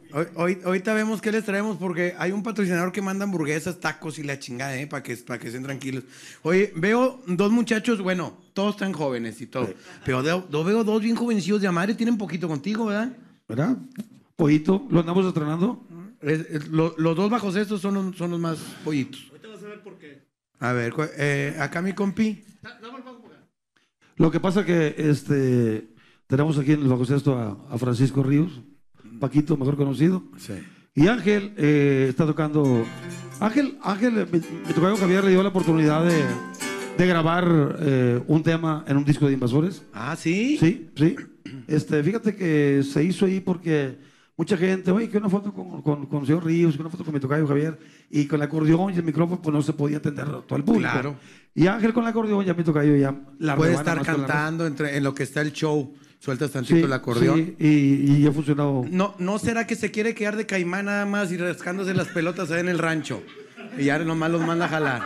Hoy, hoy- ahorita vemos qué les traemos porque hay un patrocinador que manda hamburguesas, tacos y la chingada, ¿eh? Para que, para que estén tranquilos. Oye, veo dos muchachos, bueno, todos están jóvenes y todo. Sí. Pero de- do- veo dos bien jovencillos de madre, tienen poquito contigo, ¿verdad? ¿Verdad? Pollito, lo andamos estrenando. Es- es- lo- los dos bajos estos son los, son los más pollitos. Ahorita vas a ver por qué. A ver, cu- eh, acá mi compi. Lo que pasa que este, tenemos aquí en el bajo cesto a, a Francisco Ríos, Paquito, mejor conocido. Sí. Y Ángel eh, está tocando. Ángel, Ángel, eh, mi, mi tocayo Javier le dio la oportunidad de, de grabar eh, un tema en un disco de Invasores. Ah, ¿sí? Sí, sí. Este, fíjate que se hizo ahí porque mucha gente, oye, que una foto con, con, con el señor Ríos, que una foto con mi tocayo Javier, y con el acordeón y el micrófono, pues no se podía atender a todo el público. Claro. Y Ángel con el acordeón, ya mi tocayo ya la Puede rebana estar más con la cantando entre, en lo que está el show. Sueltas voz. tantito el acordeón. Sí, y, y ha funcionado. No, ¿No será que se quiere quedar de caimán nada más y rascándose las pelotas ahí en el rancho? Y ya nomás los manda a jalar.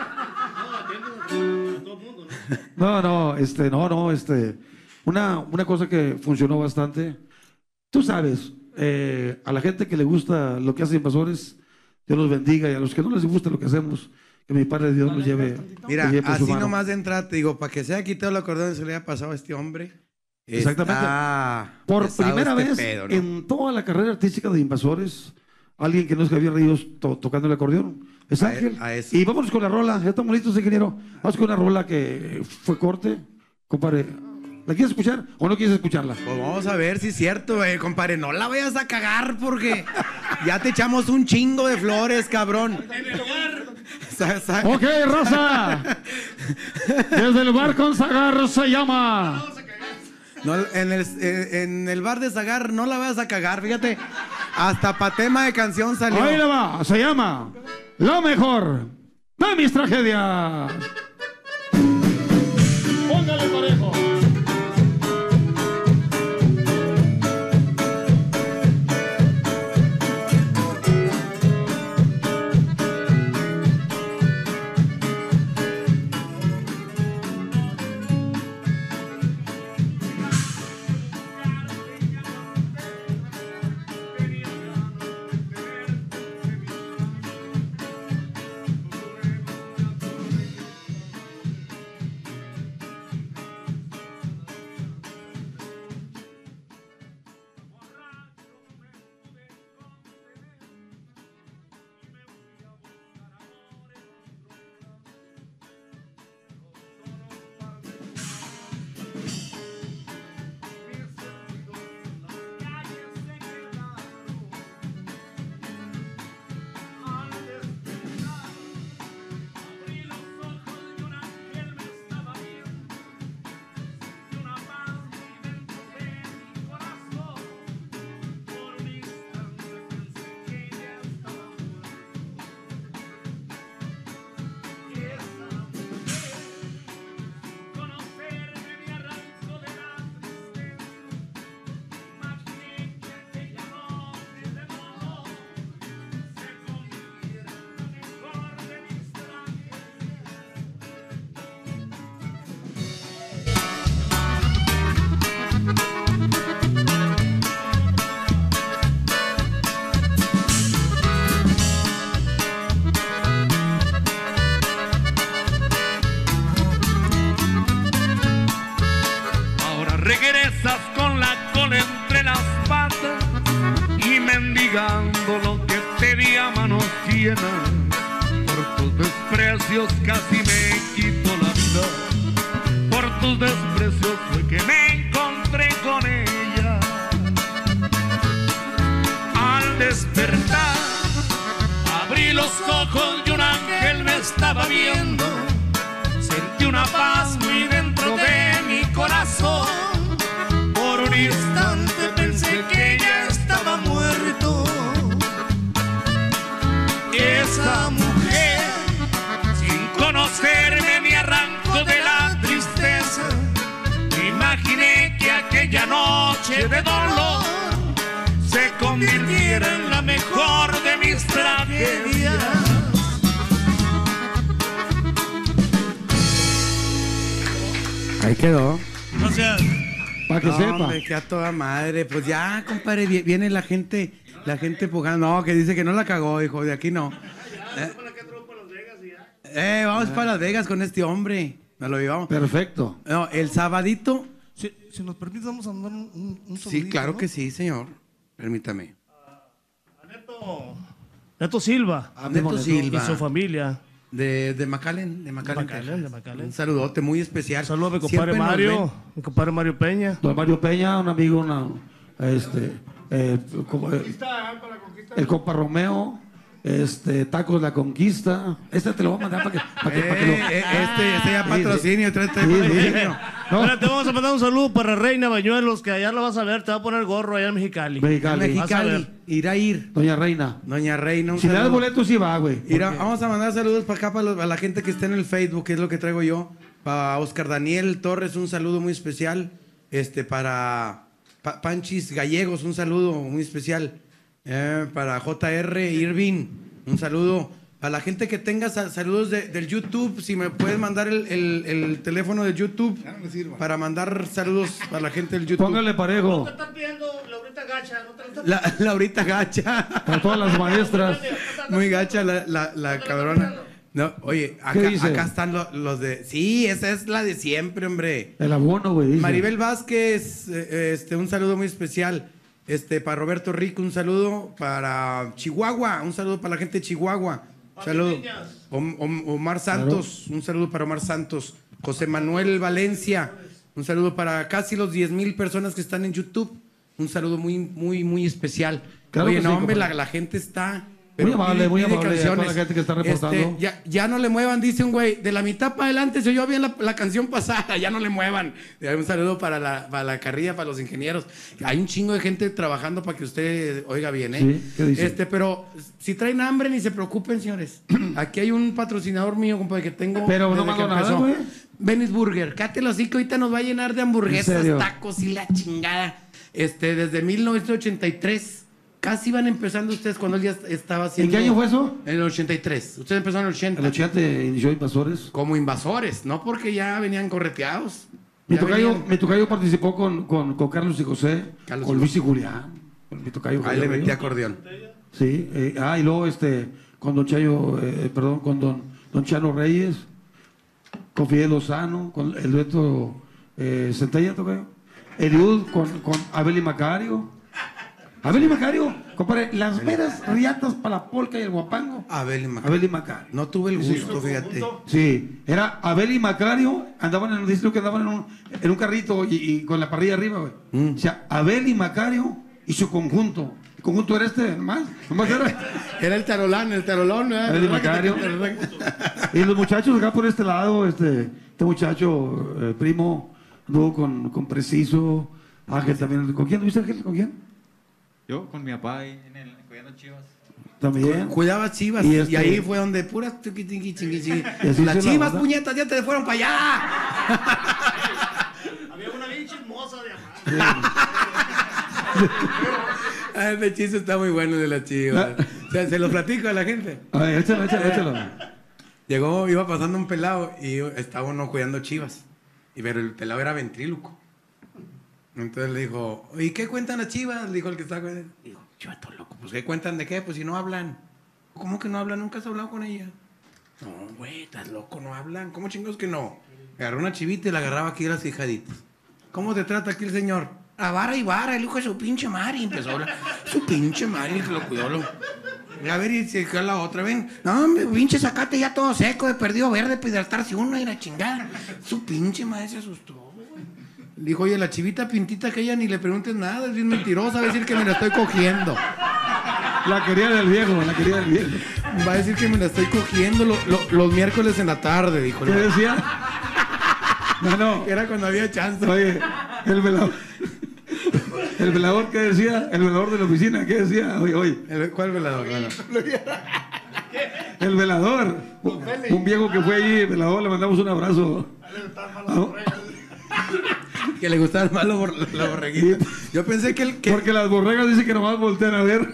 No, no, este, no, no, este, una, una cosa que funcionó bastante, tú sabes, eh, a la gente que le gusta lo que hace Invasores, Dios los bendiga, y a los que no les gusta lo que hacemos, que mi Padre Dios los lleve. Mira, los lleve por su así mano. nomás de entrada te digo, para que se haya quitado el acordeón y se le haya pasado a este hombre. Exactamente. Está Por pesado primera este vez pedo, ¿no? en toda la carrera artística de Invasores, alguien que no es Javier Ríos to- tocando el acordeón, es A Ángel. e- a eso. Y vámonos con la rola, ya estamos listos, ingeniero. Vamos con una rola que fue corte, compadre. ¿La quieres escuchar o no quieres escucharla? Pues vamos a ver si es cierto, eh, compadre. No la vayas a cagar porque ya te echamos un chingo de flores, cabrón. Sa- sa- Ok, raza. Desde el bar con Zagar se llama. No, en, el, eh, en el bar de Zagar no la vayas a cagar, fíjate. Hasta pa' tema de canción salió. Ahí le va, se llama La mejor de mis tragedias. Póngale parejo. Regresas con la cola entre las patas y mendigando lo que te di a manos llenas. Por tus desprecios casi me quito la vida. Por tus desprecios fue que me encontré con ella. Al despertar abrí los ojos y un ángel me estaba viendo. Sentí una paz muy dentro de mi corazón. Por un instante pensé que ya estaba muerto. Esa mujer, sin conocerme, me arrancó de la tristeza. Me imaginé que aquella noche de dolor se convirtiera en la mejor de mis tragedias. Ahí quedó. Gracias. Para que No, sepa. hombre, que a toda madre. Pues ya, compadre, vi- viene la gente La gente pujando. No, que dice que no la cagó, hijo, de aquí no. Eh, eh vamos para Las Vegas con este hombre. Nos lo llevamos. Perfecto. No, el sabadito. Si, si nos permite, vamos a mandar un, un, un Sí, saludito, claro ¿no? que sí, señor. Permítame. Neto, Neto Silva Ah, Neto Neto Silva. y su familia. De, de McAllen, de McAllen, McAllen, Texas. de McAllen. Un saludote muy especial. Saludos a mi Siempre compadre nos Mario, ven. mi compadre Mario Peña. Don Mario Peña, un amigo, una, este, eh, como, eh, el compa Romeo, este, Tacos La Conquista. Este te lo voy a mandar para que, para que, para que lo... Eh, eh, este, este ya Sí, patrocinio, este, este Sí, sí. patrocinio. No, Espérate, vamos a mandar un saludo para Reina Bañuelos, que allá lo vas a ver, te va a poner el gorro allá en Mexicali. Mexicali. Vas a ver. Mexicali, ir a ir. Doña Reina. Doña Reina, un Si le das saludo. boletos, sí va, güey. Mira, vamos a mandar saludos para acá, para, los- para la gente que está en el Facebook, que es lo que traigo yo. Para Oscar Daniel Torres, un saludo muy especial. Este, para Pa- Panchis Gallegos, un saludo muy especial. Eh, para J R Irving, un saludo. Para la gente que tenga sa- saludos de- del YouTube, si me puedes mandar el, el- el teléfono de YouTube para mandar saludos para la gente del YouTube. Póngale parejo están pidiendo Laurita Gacha, no te lo están La, Laurita Gacha. a todas las maestras. Muy gacha la, la, la cabrona. No, oye, acá, ¿Qué dice? acá están lo- los de... Sí, esa es la de siempre, hombre. El abono, güey. dice. Maribel Vázquez, eh, este, un saludo muy especial. Este, para Roberto Rico, un saludo. Para Chihuahua, un saludo para la gente de Chihuahua. Un saludo. Om- Om- Omar Santos, un saludo para Omar Santos. José Manuel Valencia, un saludo para casi los diez mil personas que están en YouTube. Un saludo muy, muy, muy especial. Claro Oye, que no, sí, hombre, la, compadre. la gente está... Muy amable, muy pide amable a toda la canciones. gente que está reportando. Este, ya, ya no le muevan, dice un güey. De la mitad para adelante se oyó bien la, la canción pasada. Ya no le muevan. Eh, Un saludo para la, para la carrilla, para los ingenieros. Hay un chingo de gente trabajando para que usted oiga bien, ¿eh? Sí, ¿qué dice? Este, pero si traen hambre, ni se preocupen, señores. Aquí hay un patrocinador mío, compadre, que tengo. Pero no desde mandó que nada, empezó. güey. Venice Burger. Cáte los hocico, ahorita nos va a llenar de ¿En hamburguesas, serio? tacos y la chingada. Este, desde mil novecientos ochenta y tres. Casi iban empezando ustedes cuando él ya estaba ¿En haciendo. qué año fue eso? En el ochenta y tres. Ustedes empezaron en el ochenta. El ochenta inició Invasores. Como invasores, no porque ya venían correteados. Mi Ya tocayo, venían- mi tocayo participó con, con, con Carlos y José, Carlos con y Luis y Julián. Con mi tocayo Ahí le Javier metí Ríos. acordeón. Sí, eh, ah, y luego este, con Don Chayo, eh, perdón, con Don, don Chano Reyes, con Fidel Lozano, con el dueto eh, Centella, tocayo. Eliud con, con Abel y Macario. Abel y Macario, compadre, las meras riatas para la polca y el guapango. Abel y Macario. Abel y Macario. No tuve el gusto, fíjate. Sí, era Abel y Macario, andaban en un distrito que andaban en un, en un carrito y, y con la parrilla arriba, güey. Mm. O sea, Abel y Macario y su conjunto. El conjunto era este, nomás. Nomás era. Era el tarolán, el tarolón, ¿verdad? Abel y Macario. Y los muchachos acá por este lado, este, este muchacho, eh, primo, anduvo con, con Preciso, Ángel también. ¿Con quién tuviste, Ángel? ¿Con quién? Yo con mi papá ahí en el cuidando chivas. También. Cuidaba chivas. Y Y, este- ahí fue donde puras tiqui, tiqui, tiqui, tiqui. Y así Las se la chivas, banda. puñetas, ya te fueron para allá. Había una bien chismosa de amar. Ah, Ese chiste está muy bueno de las chivas. O sea, se lo platico a la gente. A ver, échalo, échalo, échalo. Llegó, iba pasando un pelado y estaba uno cuidando chivas. Y pero el pelado era ventríloco. Entonces le dijo, ¿y qué cuentan las chivas? Le dijo el que estaba cuidando. Dijo, chivato loco, pues ¿qué cuentan de qué? Pues si no hablan. ¿Cómo que no hablan? ¿Nunca has hablado con ella? No, güey, estás loco, no hablan. ¿Cómo chingados que no? Agarró una chivita y la agarraba aquí a las hijaditas. ¿Cómo te trata aquí el señor? A vara y vara, el hijo de su pinche madre. Y empezó a hablar. Su pinche madre, el que lo cuidó. Lo... A ver, y se la otra, ven. No, hombre, pinche sacate ya todo seco, de perdido verde, para hidratarse uno y la chingada. Su pinche madre se asustó, güey. Le dijo, oye, la chivita pintita que ella ni le preguntes nada, es bien mentirosa, va a decir que me la estoy cogiendo. La quería del viejo, la quería del viejo. Va a decir que me la estoy cogiendo lo- lo- los miércoles en la tarde, dijo. ¿Qué el güey. decía? No, no. Era cuando había chance. Oye, el velador. ¿El velador qué decía? El velador de la oficina, ¿qué decía? Oye, oye. El- ¿Cuál velador? No, no. El velador. Un viejo que fue allí, velador, le mandamos un abrazo. Que le gustaban más los bor- los borreguitos. Yo pensé que el que Porque las borregas dicen que nomás voltean a ver.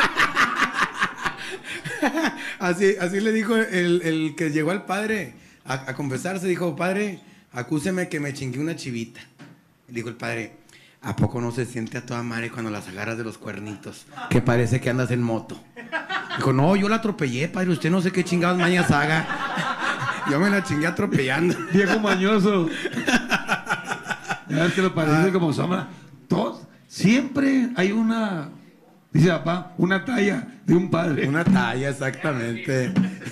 así, así le dijo el, el que llegó al padre a, a confesarse, dijo, padre, acúseme que me chingué una chivita. Dijo el padre, ¿A poco no se siente a toda madre cuando las agarras de los cuernitos? Que parece que andas en moto. Dijo, no, yo la atropellé, padre. Usted no sé qué chingados mañas haga. Yo me la chingué atropellando. Viejo mañoso. Ya ves que lo parece como sombra. Todos, siempre hay una, dice papá, una talla de un padre. Una talla, exactamente.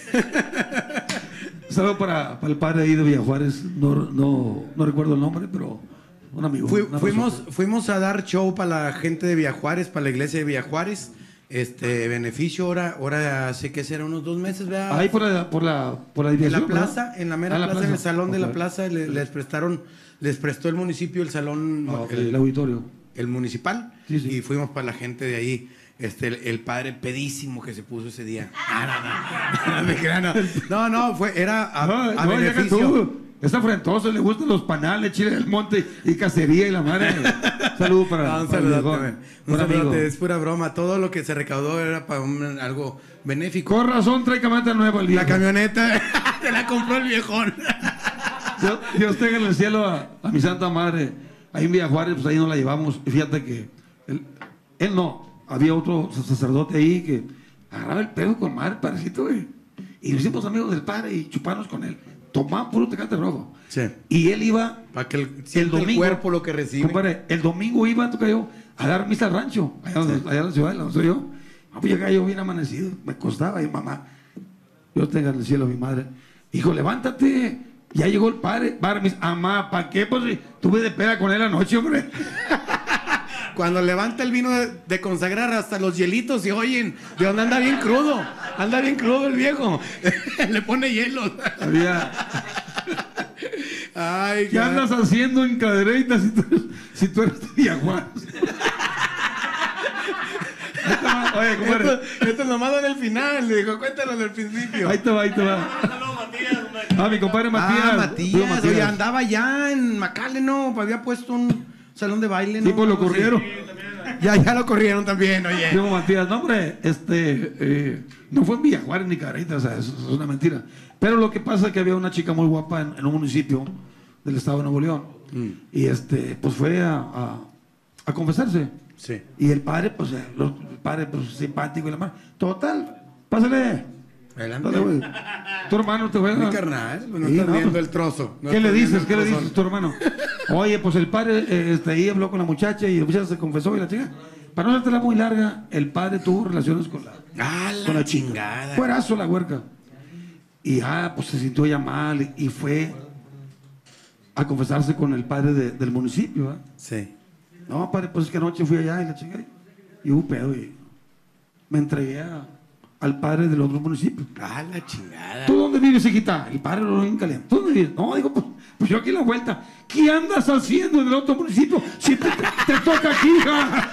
Saludo para, para el padre ahí de Villajuárez. No, no, no recuerdo el nombre, pero un amigo. Fui- una fuimos, persona. fuimos a dar show para la gente de Villajuárez, para la iglesia de Villajuárez. Este beneficio, ahora, ahora sé que será unos dos meses, ¿verdad? Ahí por la, por la, por la En la dirección, plaza, ¿verdad? en la mera Ah, plaza, en el salón de la Ok. plaza, le- les prestaron, les prestó el municipio el salón, Ah, ok, el, el auditorio. el municipal, Sí, sí. y fuimos para la gente de ahí. Este, el, el padre pedísimo que se puso ese día. Ah, no, no, no, me crean, no. No, no, fue, era a, No, a no, ya que beneficio. tú, está frentoso, le gustan los panales, chile del monte y cacería y la madre. Saludo para, No, un para el saludote, viejón. man. Un Buen amigo. saludote, es pura broma. Todo lo que se recaudó era para un- algo benéfico. Con razón trae camioneta nueva el viejo. La camioneta se la compró el viejón. Dios, Dios tenga en el cielo a, a mi santa madre. Ahí en Villajuárez, pues ahí nos la llevamos. Y fíjate que él, él no, había otro sacerdote ahí que agarraba el pedo con madre, parecito, güey. Y nos hicimos amigos del padre y chuparnos con él. Tomaba puro tecate rojo. Sí. Y él iba Para que el, el sienta el domingo. cuerpo lo que recibe. Compadre, el domingo iba, toca yo, a dar misa al rancho, allá, donde, allá en la ciudad, donde soy yo. Ah, pues llegaba yo bien amanecido, me costaba, y mamá, Dios tenga en el cielo a mi madre. Hijo, levántate, ya llegó el padre. Padre, me dice, mamá, ¿para qué? Pues si tuve de peda con él anoche, hombre. Cuando levanta el vino de, de consagrar, hasta los hielitos se oyen. De donde anda bien crudo. Anda bien crudo el viejo. Le pone hielo. Había, Ay, ¿qué andas haciendo en Cadereyta si tú, eres- si tú eres de Villajuárez? Ahí te va, oye, compadre, Esto, esto nomás en el final. Le digo, cuéntalo del principio. ahí te va, ahí te va. Ah, mi compadre Matías. Ah, Digo, Matías. Oye, andaba ya en McAllen, ¿no? Había puesto un salón de baile, ¿no? Sí, pues lo Algo así. corrieron. Ya, ya lo corrieron también, oye. Digo, Matías, no, hombre, este, eh, no fue en Villajuárez ni Cadereyta, o sea, eso, eso es una mentira. Pero lo que pasa es que había una chica muy guapa en, en un municipio del estado de Nuevo León. Mm. Y este, pues fue a, a, a confesarse. Sí. Y el padre, pues, eh, lo- el padre, pues, simpático y la madre. Total, pásale. Adelante. Dale, güey. Tu hermano te juega. Mi carnal, pues no Sí, estás no, viendo pues, el trozo. No ¿Qué le estás dices? viendo ¿Qué el le trozón. dices tu hermano? Oye, pues el padre eh, este, ahí habló con la muchacha y la muchacha se confesó y la chica. Para no hacértela muy larga, el padre tuvo relaciones con la, Ah, la, con la chingada. Fuerazo la huerca. Y ah, pues se sintió ya mal y, y fue a confesarse con el padre de- del municipio. ¿eh? Sí. No, padre, pues es que anoche fui allá y la chingué. Y hubo pedo y me entregué a- al padre del otro municipio. Ah, la chingada. ¿Tú dónde vives, hijita? El padre lo ven caliente. ¿Tú dónde vives? No, digo, pues, pues yo aquí en la vuelta. ¿Qué andas haciendo en el otro municipio? Si te, te- te toca aquí, hija.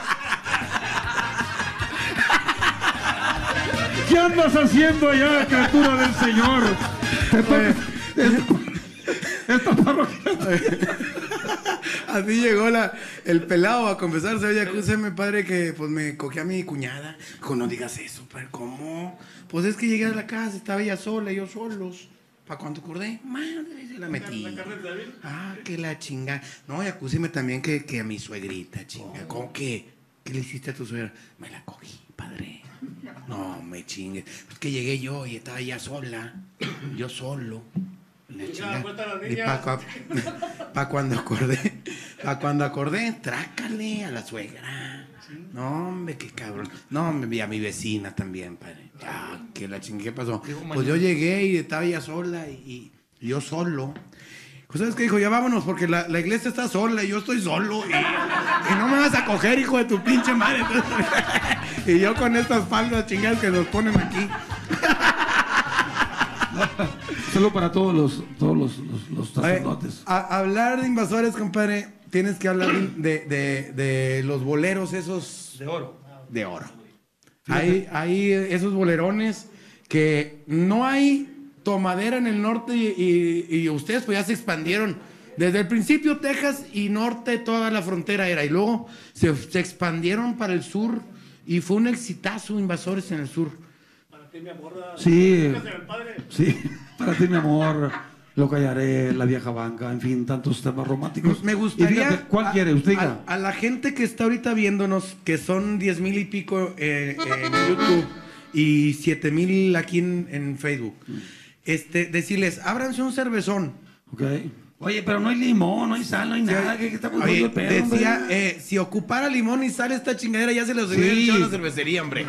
¿Qué andas haciendo allá, criatura del Señor? Te toca. Esta, esta parroquia. Así llegó la, el pelado a confesarse. Oye, acúseme, padre, que pues me cogí a mi cuñada. Dijo, no digas eso, padre. ¿Cómo? Pues es que llegué a la casa, estaba ella sola, yo solos. ¿Para cuando acordé? Madre, se la metí. Ah, que la chinga. No, y acúseme también que, que a mi suegrita, chinga. ¿Cómo que? ¿Qué le hiciste a tu suegra? Me la cogí, padre. No, me chingues. Pues que llegué yo y estaba ella sola. Yo solo. La chinga. Y para cuando acordé, para cuando acordé, trácale a la suegra. No, hombre, qué cabrón. No, hombre, vi a mi vecina también, padre. Ah, que la chingue, ¿qué pasó? Pues yo llegué y estaba ella sola y, y yo solo. Pues, ¿sabes qué dijo? Ya vámonos porque la, la iglesia está sola y yo estoy solo. Y, y no me vas a coger, hijo de tu pinche madre. Entonces, y yo con estas faldas chingadas que nos ponen aquí. Solo para todos los, todos los, los, los Oye, sacerdotes. a- hablar de invasores, compadre, tienes que hablar de, de, de los boleros esos De oro. de oro. Hay, hay esos bolerones que no hay tomadera en el norte y, y- y ustedes pues ya se expandieron. Desde el principio Texas y norte toda la frontera era y luego se, se expandieron para el sur y fue un exitazo invasores en el sur. Sí, sí, para ti, mi amor. Lo callaré, La vieja banca, en fin, tantos temas románticos. Me gustaría... Y fíjate, ¿cuál a, quiere? Usted diga. A, a la gente que está ahorita viéndonos, que son diez mil y pico eh, en YouTube y siete mil aquí en, en Facebook, este, decirles, ábranse un cervezón. Ok. Oye, pero no hay limón, no hay sal, no hay nada. ¿Qué, qué está muy Oye, el pedo, decía, eh, si ocupara limón y sal esta chingadera, ya se los hubiera Sí. echado a la cervecería, hombre.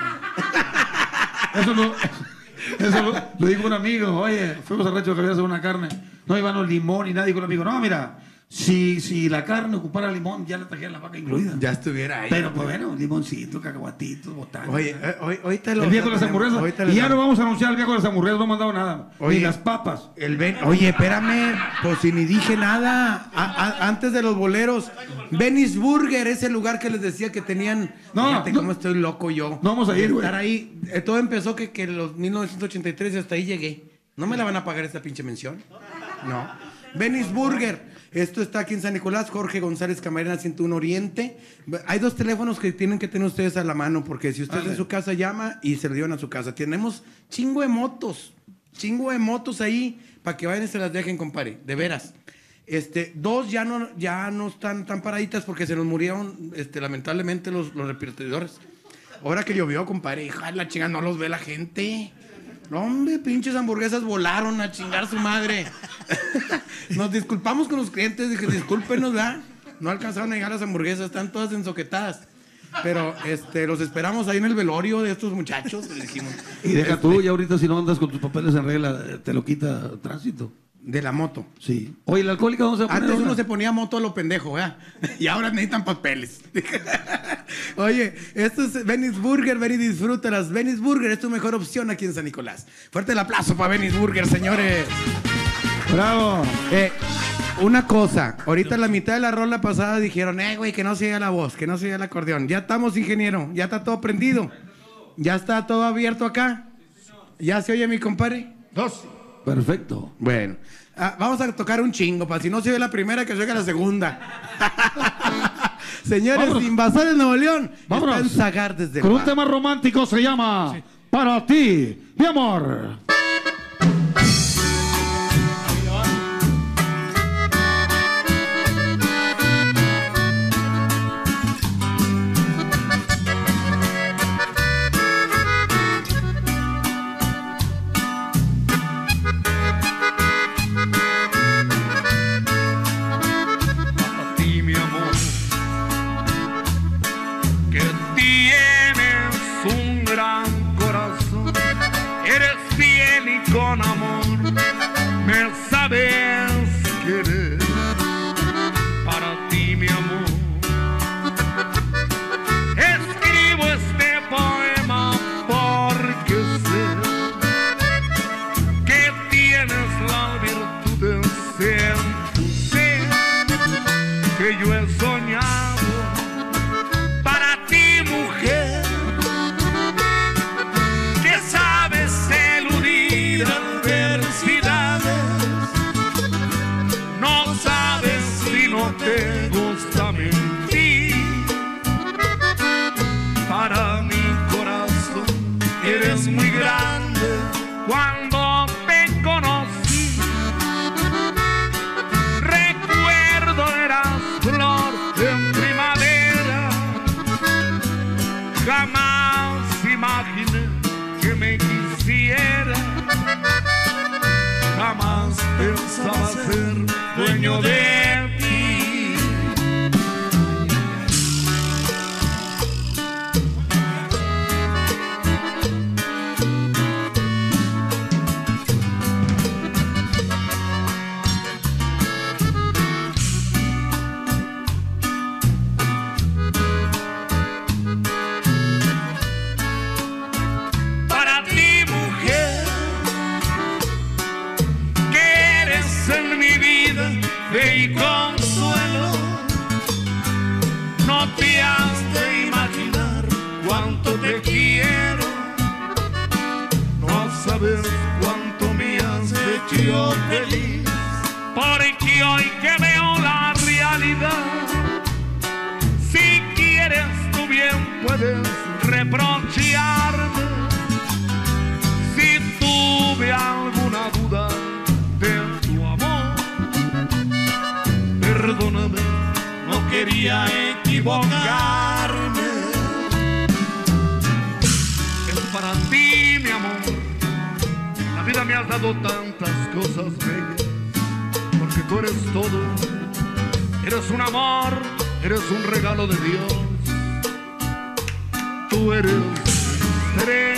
Eso lo, eso lo, lo dijo un amigo. Oye, fuimos al rancho que había hacer una carne. No iban los limón y nada. Dijo el amigo, no, mira, si, si la carne ocupara limón, ya le trajeran la vaca incluida. Ya estuviera ahí. Pero pues bueno, limoncito, cacahuatitos, botanas. Oye, eh, hoy, hoy te lo... El viejo de las hamburguesas. ahorita Y les ya no damos. vamos a anunciar el viejo de las hamburguesas, no hemos mandado nada. Oye, Ni las papas. El Ben- Oye, espérame, pues si ni dije nada. A- a- antes de los boleros, Benny's Burger, ese lugar que les decía que tenían. No, Fíjate no. cómo estoy loco yo. No vamos a ir, de güey. estar ahí. Eh, todo empezó que, que en los mil novecientos ochenta y tres y hasta ahí llegué. ¿No me la van a pagar esta pinche mención? No. Benny's Burger. Esto está aquí en San Nicolás, Jorge González Camarena, ciento uno Oriente. Hay dos teléfonos que tienen que tener ustedes a la mano, porque si usted en su casa llama y se lo llevan a su casa. Tenemos chingo de motos, chingo de motos ahí, para que vayan y se las dejen, compadre, de veras. Este, dos ya no, ya no están tan paraditas porque se nos murieron, este, lamentablemente, los, los repetidores. Ahora que llovió, compadre, hija de la chinga, no los ve la gente. No, hombre, pinches hamburguesas volaron a chingar su madre. Nos disculpamos con los clientes, dije, discúlpenos, ¿verdad? No alcanzaron a llegar las hamburguesas, están todas ensoquetadas. Pero este, los esperamos ahí en el velorio de estos muchachos, les dijimos. Y deja tú, ya ahorita si no andas con tus papeles en regla, te lo quita tránsito. De la moto. Sí. Oye, ¿la alcohólica dónde se va a poner Antes ahora? uno se ponía moto a lo pendejo, ¿verdad? Y ahora necesitan papeles. Oye, esto es Benny's Burger, ven y disfrútalas. Benny's Burger es tu mejor opción aquí en San Nicolás. Fuerte el aplauso para Benny's Burger, señores. ¡Bravo! Eh, una cosa, ahorita la mitad de la rola pasada dijeron, eh, güey, que no se oiga la voz, que no se oiga el acordeón. Ya estamos, ingeniero, ya está todo prendido. Ya está todo abierto acá. ¿Ya se oye mi compadre? Dos. Perfecto. Bueno, ah, vamos a tocar un chingo, para si no se oye la primera, que se oiga la segunda. Señores, Vámonos. Invasores Nuevo León, Vámonos. está en Zagar desde Con el un bar. tema romántico se llama Para ti, mi amor. Para ti, mi amor, que tienes un gran corazón, eres fiel y con amor me sabes querer. Para ti, mi amor, escribo este poema porque sé que tienes la virtud de ser tu ser que yo he soñado. Para ti, mujer, que sabes eludir adversidades, no sabes si no te gusta mentir. Para mi corazón eres muy grande. Cuando te conocí, recuerdo eras flor en primavera. Jamás imaginé que me quisiera, jamás pensaba ser dueño de ti. Para ti, mujer, que eres en mi vida fe y consuelo, no te has de imaginar cuánto te quiero, no sabes cuánto me has hecho feliz, porque hoy que veo la realidad, si quieres tú bien puedes reprocharme si tuve alguna duda de tu amor. perdóname, no quería equivocarme. Es para ti, mi amor, la vida me ha dado tantas cosas bellas, porque tú eres todo, eres un amor, eres un regalo de Dios. Tú eres estrella.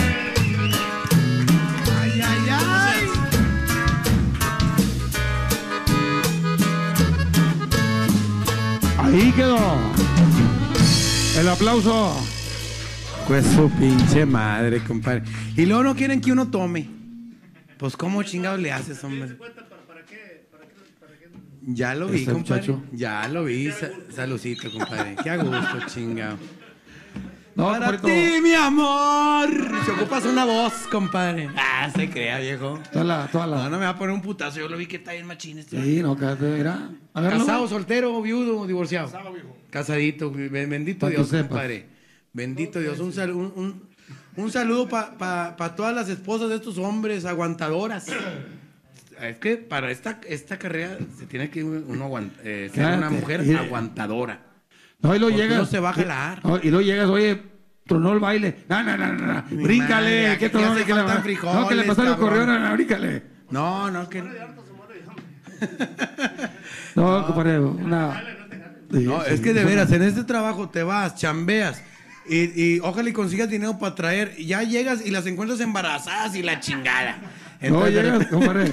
Ay, ay, ay. Ahí quedó. El aplauso. Pues su pinche madre, compadre. Y luego no quieren que uno tome. Pues cómo chingados le haces, hombre. Ya lo vi, Este compadre. muchacho. Ya lo vi. Sa- Saludcito, compadre. Qué a gusto, chingado. No, Para compadrito, ti, mi amor. Si ocupas una voz, compadre. Ah, se crea, viejo. toda la, toda No, la. no me va a poner un putazo. Yo lo vi que está bien machín este. Sí, no, cállate, mira. Agárralo. ¿Casado, soltero, viudo, divorciado? Casado, viejo. Casadito. Ben- Bendito Pa' que Dios, sepas. compadre. Bendito Dios. Un, sal- un, un, un saludo para pa, pa todas las esposas de estos hombres aguantadoras. Es que para esta, esta carrera se tiene que uno aguant- eh, ser una Cállate. mujer Mira. aguantadora. No, y luego Porque llegas. no se va a jalar. No, y luego llegas, oye, tronó el baile. No, no, no, no. no. Mi Bríncale. madre, ¿Qué aquí tronó? hace ¿Qué le faltan va- frijoles, No, que le pasaron el cabrón. correo. No, no, bríncale. No, no, que. No, compadre, una. No, es que de veras, en este trabajo te vas, chambeas. Y, y ojalá y consigas dinero para traer. Y ya llegas y las encuentras embarazadas y la chingada. No, Entonces, de llegas, repente- compadre.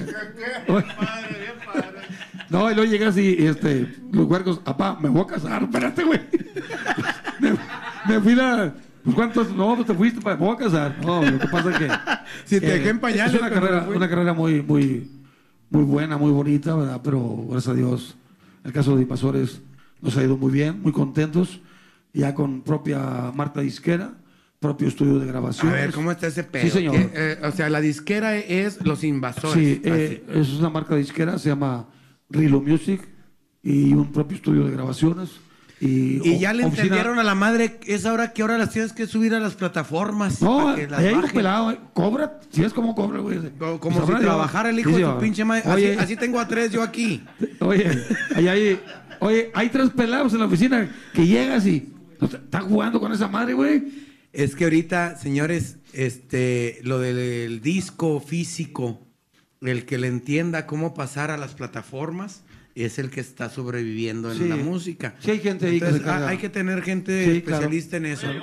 No, y luego llegas y, y, este, los huercos, apá, me voy a casar, espérate, güey. me, me fui la. Pues cuántos, no, pues te fuiste, pa- me voy a casar. No, lo que pasa es que. Si te que dejé en pañales, Es una pero carrera, me fui. una carrera muy, muy, muy buena, muy bonita, ¿verdad? Pero gracias a Dios, el caso de Invasores nos ha ido muy bien, muy contentos, ya con propia marca disquera, propio estudio de A grabación. ver, ¿cómo está ese pedo? Sí, señor. Que, eh, o sea, la disquera es Los Invasores. Sí, eh, es una marca disquera, se llama Rilo Music y un propio estudio de grabaciones. Y, Y ya le oficina- entendieron a la madre es ahora que ahora las tienes que subir a las plataformas. No, para que las ahí hay un bajen. pelado, eh, cobra, si es como cobra, güey. Co- Como Pues si sabrá Dios. trabajara el hijo Sí, de señor. tu pinche madre. Así, Oye, así tengo a tres yo aquí. oye, ahí hay, oye, hay tres pelados en la oficina que llegas y no, te- están jugando con esa madre, güey. Es que ahorita, señores, este, lo del disco físico, el que le entienda cómo pasar a las plataformas, es el que está sobreviviendo en Sí. la música. Sí, hay gente ahí que Entonces, se carga. ah, hay que tener gente Sí, claro. especialista en eso.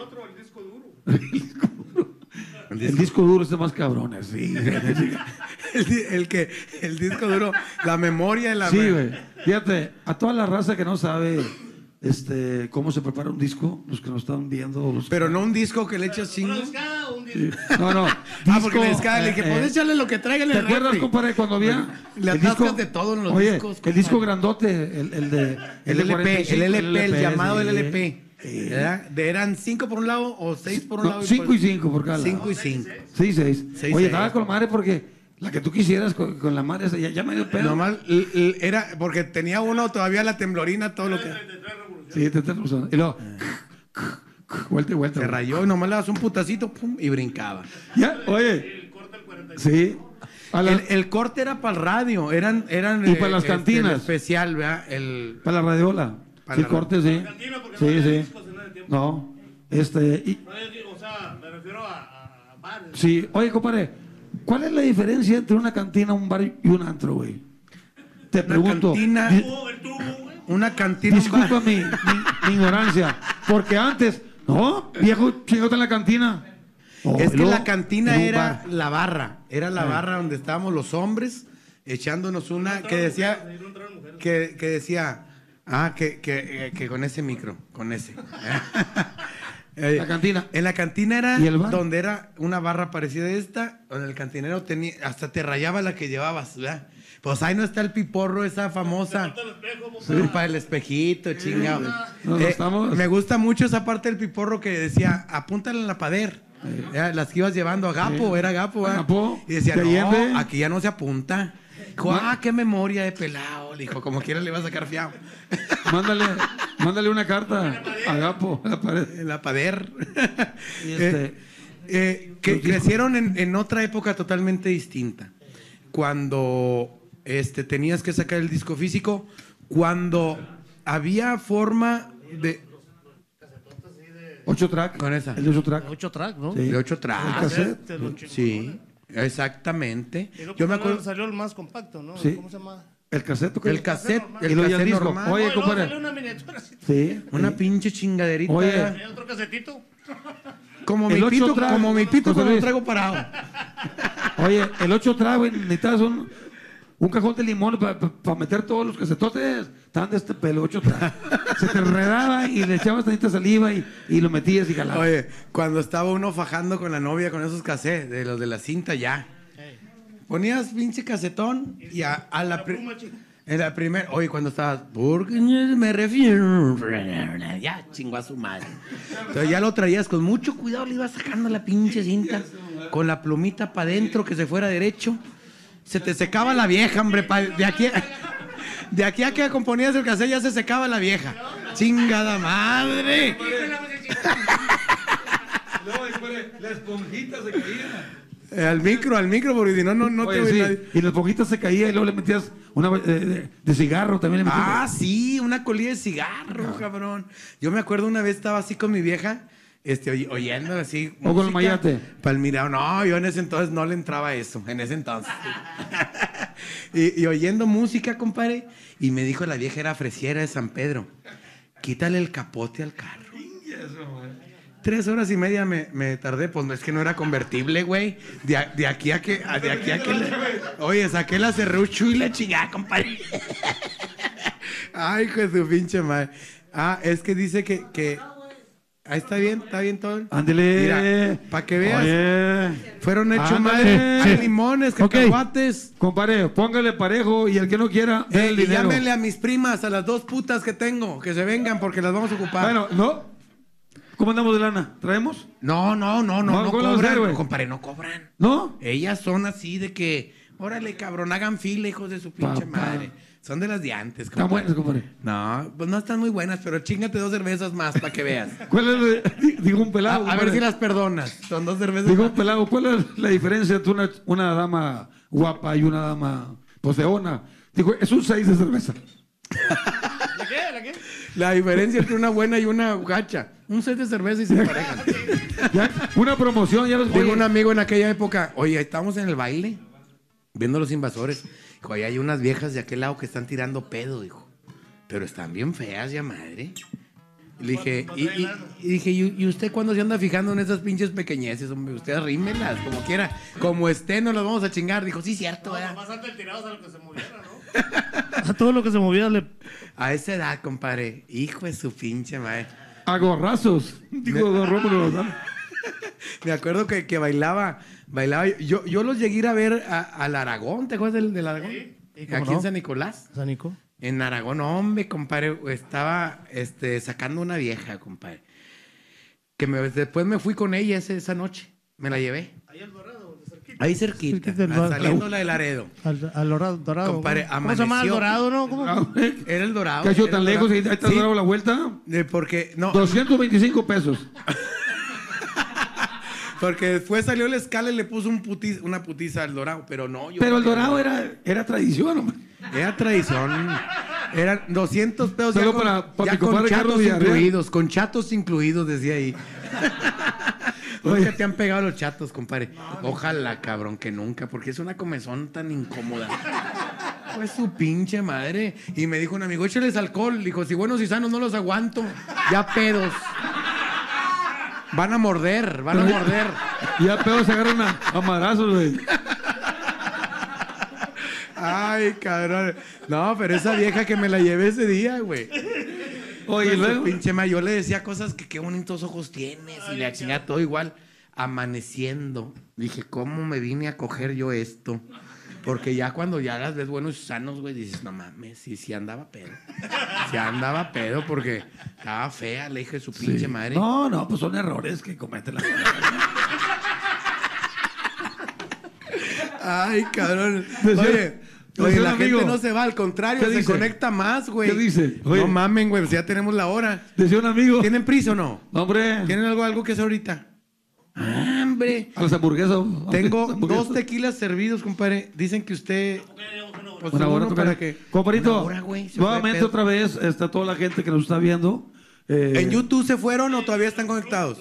El disco duro es de más cabrones, sí. El, di- el que, el disco duro, la memoria de la Sí, güey. Fíjate, a toda la raza que no sabe este, cómo se prepara un disco, los que nos están viendo. Los Pero no un disco que le echas chingo. No, no. Ah, porque le escala, le dije, eh, pues échale lo que traiga en ¿Te el acuerdas, refri? compadre, cuando había Le el atascas de todo en los oye, discos, el compadre. disco grandote, el, el de El de L P, cuarenta y cinco, el L P, el llamado sí. el L P. ¿Verdad? De- ¿Eran cinco por un lado o seis por un No, lado? cinco por- y cinco por cada lado. Cinco y cinco. Sí, seis. Seis, Oye, seis. estaba con madre porque la que tú quisieras con, con la madre esa, ya, ya me dio pedo. Nomás l- l- era porque tenía uno todavía la temblorina, todo lo que Sí, te te razón. Y luego, vuelta y vuelta. se güey. rayó y nomás le das un putacito pum, y brincaba. Ya, oye. Sí. A la- El, el corte era para el radio, eran, eran Y para las este, cantinas. el especial, ¿verdad? El, Para la radiola. Para Sí, la corte, sí. cantina porque no Sí, había sí. discos en ese tiempo. No. Este, y, No, yo digo, o sea, me refiero a, a- a bares. sí. Oye, compadre, ¿cuál es la diferencia entre una cantina, un bar y un antro, güey? Te una pregunto. cantina, Di- Tubo, el tubo, güey. una cantina, un Disculpa bar. mi, mi- mi ignorancia. Porque antes, no, viejo, chingote en la cantina. No, Es y que luego, la cantina en un era bar. la barra, era la barra donde estábamos los hombres echándonos una que decía que, que decía, ah, que, que, eh, que con ese micro, con ese. Eh, La cantina. En la cantina era ¿Y el bar? donde era una barra parecida a esta, donde el cantinero tenía, hasta te rayaba la que llevabas, ¿verdad? Pues ahí no está el piporro, esa famosa. Sí, para el espejito, chingado. No, no Eh, estamos- me gusta mucho esa parte del piporro que decía, apúntale en la pader. Ya, las que ibas llevando a Gapo, Sí. era Gapo, A ¿verdad? Gapo, Y decía, de no, Allende. aquí ya no se apunta. Dijo, ah, qué memoria de pelado. Le dijo, como quiera le va a sacar fiado. Mándale, mándale una carta a Gapo, a la pared. En la pader. Y este- Eh, eh, que los discos. crecieron en, en otra época totalmente distinta. Cuando este, tenías que sacar el disco físico, cuando había forma de... Ocho track. Con esa. El de ocho track. Ocho track, ¿no? Sí. De ocho El tracks. cassette. Te lo chingó, Sí, exactamente. Y luego Yo me primero acuerdo... salió el más compacto, ¿no? Sí. ¿Cómo se llama? El cassette. ¿ok? El cassette, Y el luego ya el cassette disco. normal. Oye, y luego compadre. salió una miniatura así. Sí. Una sí. pinche chingaderita. Oye. ¿Hay otro casetito? Como mi El ocho pito, track, como mi pito José cuando lo Luis. traigo parado. Oye, el ocho track, güey, necesitas un, un cajón de limón para pa, pa meter todos los casetotes. Estaban de este pelo, ocho track. Se te enredaba y le echabas tantita saliva y, y lo metías y jalabas. Oye, cuando estaba uno fajando con la novia con esos cassettes, de los de la cinta ya. Ponías pinche casetón y a, a la, pri- en la primera, oye, cuando estabas, porque me refiero, ya chingó a su madre. Entonces ya lo traías con mucho cuidado, le ibas sacando la pinche cinta con la plumita para adentro que se fuera derecho. Se te secaba la vieja, hombre, pa- de aquí a, de aquí a que componías el cassette ya se secaba la vieja. Chingada madre. La esponjita se caía. Eh, al micro, al micro, porque si no, no, no te Oye, oye sí, nadie. y la esponjita se caía y luego le metías una eh, de, de cigarro también. Le metías. Ah, sí, una colilla de cigarro, cabrón. Yo me acuerdo una vez estaba así con mi vieja, este, oy- oyendo así. O con el mayate. Palmirado. No, yo en ese entonces no le entraba eso, en ese entonces. y, y oyendo música, compadre, y me dijo la vieja, era fresiera de San Pedro, quítale el capote al carro. Tres horas y media me, me tardé, pues no es que no era convertible, güey. De, a- de aquí a que, a- de aquí a que, le- oye, saqué la serrucho y la chingada, compadre. Ay, hijo de su pinche madre. Ah, es que dice que, que, ahí está bien, está bien todo. Ándele. Mira, para que veas, Oye. fueron hechos Ándale. madre, hay limones, Ok. cacahuates. Compadre, póngale parejo y el que no quiera, dé Eh, el y dinero. llámenle a mis primas, a las dos putas que tengo, que se vengan porque las vamos a ocupar. Bueno, ¿no? ¿Cómo andamos de lana? ¿Traemos? No, no, no, no, No, no ¿cómo lo vas a hacer, cobran, güey? compadre, no cobran. ¿No? Ellas son así de que, órale, cabrón, hagan fila, hijos de su pinche Papá. madre. Son de las de antes, Están compadre. buenas, compadre. No, pues no están muy buenas, pero chingate dos cervezas más para que veas. ¿Cuál es la- digo un A, pelado? a ver compadre. si las perdonas. Son dos cervezas Digo un más. pelado, ¿cuál es la diferencia entre una, una dama guapa y una dama poseona? Digo, es un seis de cerveza. ¿La qué? ¿La qué? La diferencia entre una buena y una gacha. Un set de cerveza y se parejan. Ya, una promoción, ya los Digo, oye, un amigo en aquella época, oye, estábamos en el baile, viendo los invasores. Dijo, ahí hay unas viejas de aquel lado que están tirando pedo, dijo. Pero están bien feas, ya madre. Y le dije, y, y- y dije, ¿y, y usted cuándo se anda fijando en esas pinches pequeñeces, hombre? Usted arrímelas, como quiera. Como esté, no las vamos a chingar. Dijo, sí, cierto, ¿verdad? Más antes tirados a lo que se moviera, ¿no? A todo lo que se movía le... A esa edad, compadre. Hijo de su pinche madre. a gorrazos. Digo, don Rómulo Lozano. Me acuerdo que, que bailaba, bailaba. Yo, yo los llegué a ir a ver a- al Aragón, ¿te acuerdas del, del Aragón? Sí, ¿y Aquí cómo en no? San Nicolás. Sanico. En Aragón, hombre, compadre, estaba este, sacando una vieja, compadre. Que me, después me fui con ella ese- esa noche. Me la llevé. Ahí al Dorado, cerquita. Ahí cerquita, Cerquita del a- Dorado. saliendo la de Laredo. Al, al Dorado. Dorado. Compadre, ¿Cómo se llama el amaneció. Dorado, no? ¿Cómo? Ah, Era el Dorado. ¿Qué ha hecho era tan el lejos y Dorado. ahí te has Sí, dado la vuelta? de porque, no, doscientos veinticinco pesos. porque después salió la escala y le puso un putiz- una putiza al Dorado, pero no. yo- Pero el dorado era, era tradición, hombre. Era tradición. Eran doscientos pesos ya Solo con, para- para ya mi con compadre chatos Carlos Villarreal. incluidos, con chatos incluidos, decía ahí. Nunca te han pegado los chatos, compadre. Ojalá, cabrón, que nunca, porque es una comezón tan incómoda. Pues su pinche madre. Y me dijo un amigo, échales alcohol. Dijo, si buenos y sanos no los aguanto. Ya pedos. Van a morder, van a morder. Ya peor se agarran a, a madrazos, güey. Ay, cabrón. No, pero esa vieja que me la llevé ese día, güey. Oye, Pues, luego. pinche ma, yo le decía cosas que qué bonitos ojos tienes y le chingaba todo igual. Amaneciendo. Dije, ¿cómo me vine a coger yo esto? Porque ya cuando ya las ves buenos y sanos, güey, dices, no mames, sí, sí andaba pedo. Sí andaba pedo porque estaba fea, le dije su pinche madre. No, no, pues son errores que cometen las Ay, cabrón. Decía- Oye, decía oye, un la amigo. gente no se va, al contrario, ¿Qué se dice? conecta más, güey. ¿Qué dice? Oye. No mamen, güey, pues ya tenemos la hora. Decía un amigo. ¿Tienen prisa o no? Hombre. ¿Tienen algo, algo que hacer ahorita? Ah, hombre. A las hamburguesas. Tengo las hamburguesas. dos tequilas servidos, compadre. Dicen que usted... Pues Una hora, uno toca- para que... Compadrito, Una hora, güey, se fue de nuevamente pedo. otra vez está toda la gente que nos está viendo. eh, ¿En YouTube se fueron o todavía están conectados?